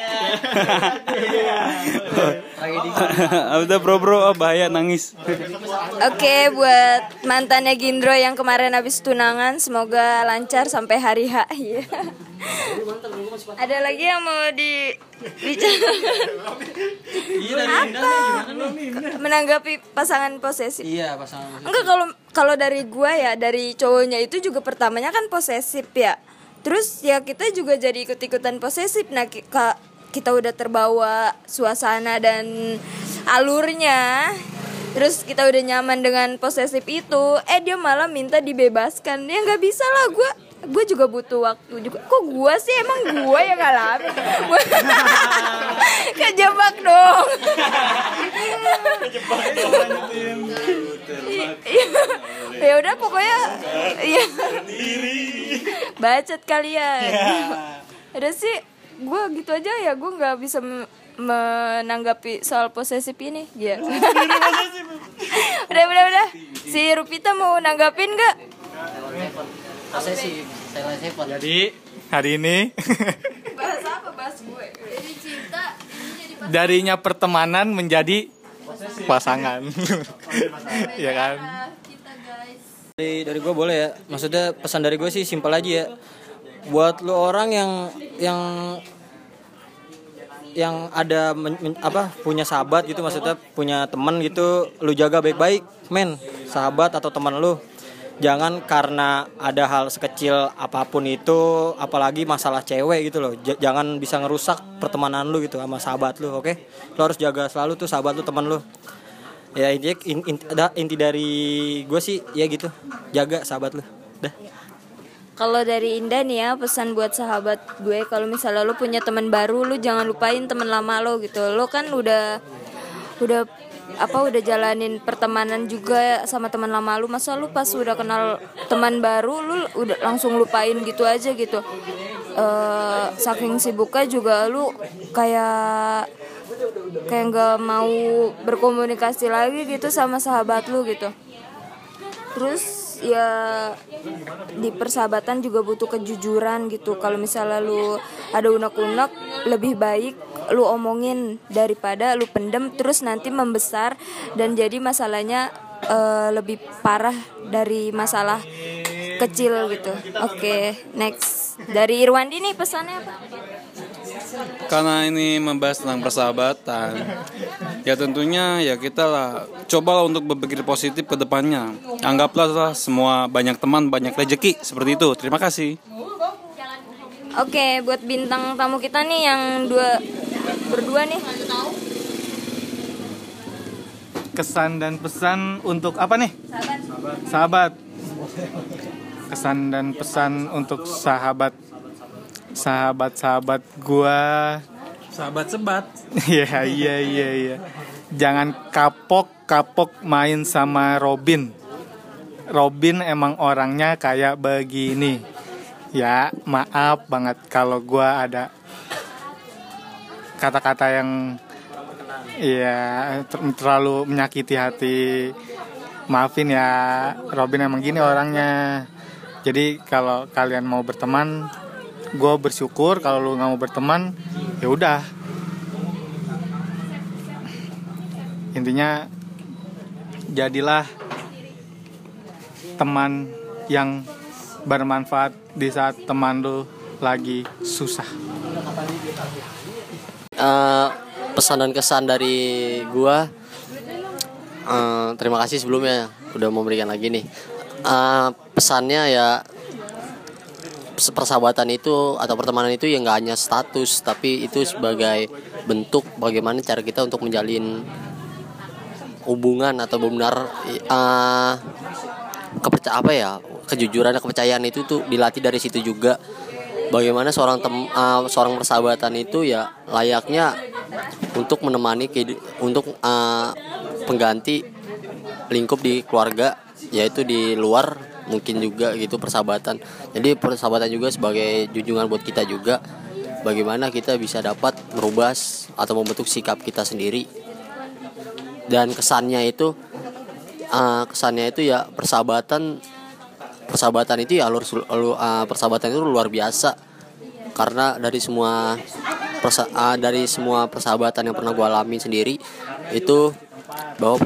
[SPEAKER 7] Udah bro, bahaya nangis.
[SPEAKER 5] Oke, buat mantannya Gindro yang kemarin habis tunangan, semoga lancar sampai hari H. Iya. Ada lagi yang mau dibicarakan? Apa? Menanggapi pasangan posesif?
[SPEAKER 1] Iya, pasangan.
[SPEAKER 5] Enggak, kalau dari gua ya, dari cowoknya itu juga pertamanya kan posesif ya. Terus ya kita juga jadi ikut-ikutan posesif. Nah, kita udah terbawa suasana dan alurnya. Terus kita udah nyaman dengan posesif itu, dia malah minta dibebaskan. Ya nggak bisa lah, gue juga butuh waktu juga. Kok gue sih, emang gue yang ngalamin? Kejebak dong. Ya udah pokoknya ya. Bacot kalian. Udah sih, gue gitu aja ya. Gue nggak bisa menanggapi soal posesif ini. Ya. Udah. Si Rupita mau nanggapin nggak?
[SPEAKER 6] Posesif.
[SPEAKER 4] Jadi hari ini
[SPEAKER 5] Bahas apa? Bahas gue. Jadi cinta
[SPEAKER 4] darinya pertemanan menjadi pasangan. Ya kan?
[SPEAKER 1] Dari gue boleh ya. Maksudnya pesan dari gue sih simpel aja ya. Buat lu orang yang ada punya sahabat gitu, maksudnya punya teman gitu, lu jaga baik-baik, men. Sahabat atau teman lu. Jangan karena ada hal sekecil apapun itu, apalagi masalah cewek gitu loh, jangan bisa ngerusak pertemanan lu gitu sama sahabat lu, oke? Lu harus jaga selalu tuh sahabat lu, teman lu. Ya inti dari gue sih ya gitu, jaga sahabat lu. Dah.
[SPEAKER 5] Kalau dari Indah nih ya, pesan buat sahabat gue, kalau misalnya lu punya teman baru, lu jangan lupain teman lama lo gitu. Lo kan udah jalanin pertemanan juga sama teman lama lu, masa lu pas udah kenal teman baru lu udah langsung lupain gitu aja gitu. Saking sibuknya juga lu kayak nggak mau berkomunikasi lagi gitu sama sahabat lu gitu. Terus ya di persahabatan juga butuh kejujuran gitu. Kalau misalnya lu ada unek-unek, lebih baik lu omongin daripada lu pendem terus nanti membesar dan jadi masalahnya lebih parah dari masalah kecil gitu. Oke, next. Dari Irwandi nih pesannya apa?
[SPEAKER 7] Karena ini membahas tentang persahabatan, ya tentunya ya kita lah cobalah untuk berpikir positif ke depannya. Anggaplah semua banyak teman banyak rezeki, seperti itu. Terima kasih.
[SPEAKER 5] Oke, buat bintang tamu kita nih yang berdua nih.
[SPEAKER 4] Kesan dan pesan untuk apa nih? Sahabat. Kesan dan pesan untuk sahabat gua.
[SPEAKER 3] Sahabat sebat.
[SPEAKER 4] Iya. Jangan kapok main sama Robin. Robin emang orangnya kayak begini. Ya, maaf banget kalau gua ada kata-kata yang terlalu menyakiti hati. Maafin ya, Robin emang gini orangnya. Jadi kalau kalian mau berteman, gue bersyukur. Kalau lu nggak mau berteman, ya udah. Intinya jadilah teman yang bermanfaat di saat teman lu lagi susah.
[SPEAKER 6] Pesan dan kesan dari gua, terima kasih sebelumnya udah memberikan lagi nih. Pesannya ya, persahabatan itu atau pertemanan itu ya nggak hanya status, tapi itu sebagai bentuk bagaimana cara kita untuk menjalin hubungan atau benar kejujuran dan kepercayaan itu tuh dilatih dari situ juga. Bagaimana seorang persahabatan itu ya layaknya untuk menemani untuk pengganti lingkup di keluarga, yaitu di luar mungkin juga gitu persahabatan. Jadi persahabatan juga sebagai junjungan buat kita juga, bagaimana kita bisa dapat merubah atau membentuk sikap kita sendiri. Dan kesannya itu ya persahabatan itu ya persahabatan itu luar biasa, karena dari semua persahabatan yang pernah gue alami sendiri itu bahwa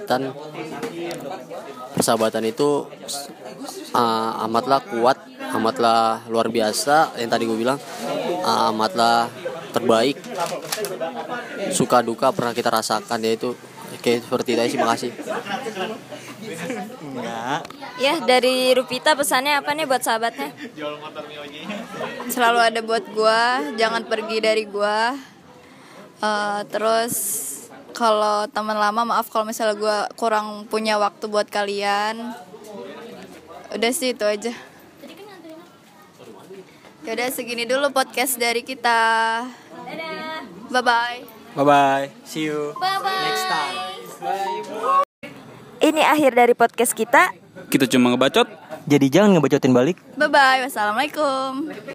[SPEAKER 6] persahabatan itu amatlah kuat, amatlah luar biasa, yang tadi gue bilang amatlah terbaik. Suka duka pernah kita rasakan, yaitu kayak seperti itu sih. Makasih.
[SPEAKER 2] Ya, dari Rupita pesannya apa nih buat sahabatnya? Selalu ada buat gua, jangan pergi dari gua. Terus kalau teman lama, maaf kalau misalnya gua kurang punya waktu buat kalian. Udah sih itu aja. Yaudah segini dulu podcast dari kita. Bye bye.
[SPEAKER 1] Bye bye. See you.
[SPEAKER 2] Bye bye.
[SPEAKER 1] Next time.
[SPEAKER 2] Ini akhir dari podcast kita.
[SPEAKER 3] Kita cuma ngebacot.
[SPEAKER 1] Jadi jangan ngebacotin balik.
[SPEAKER 2] Bye bye. Wassalamualaikum.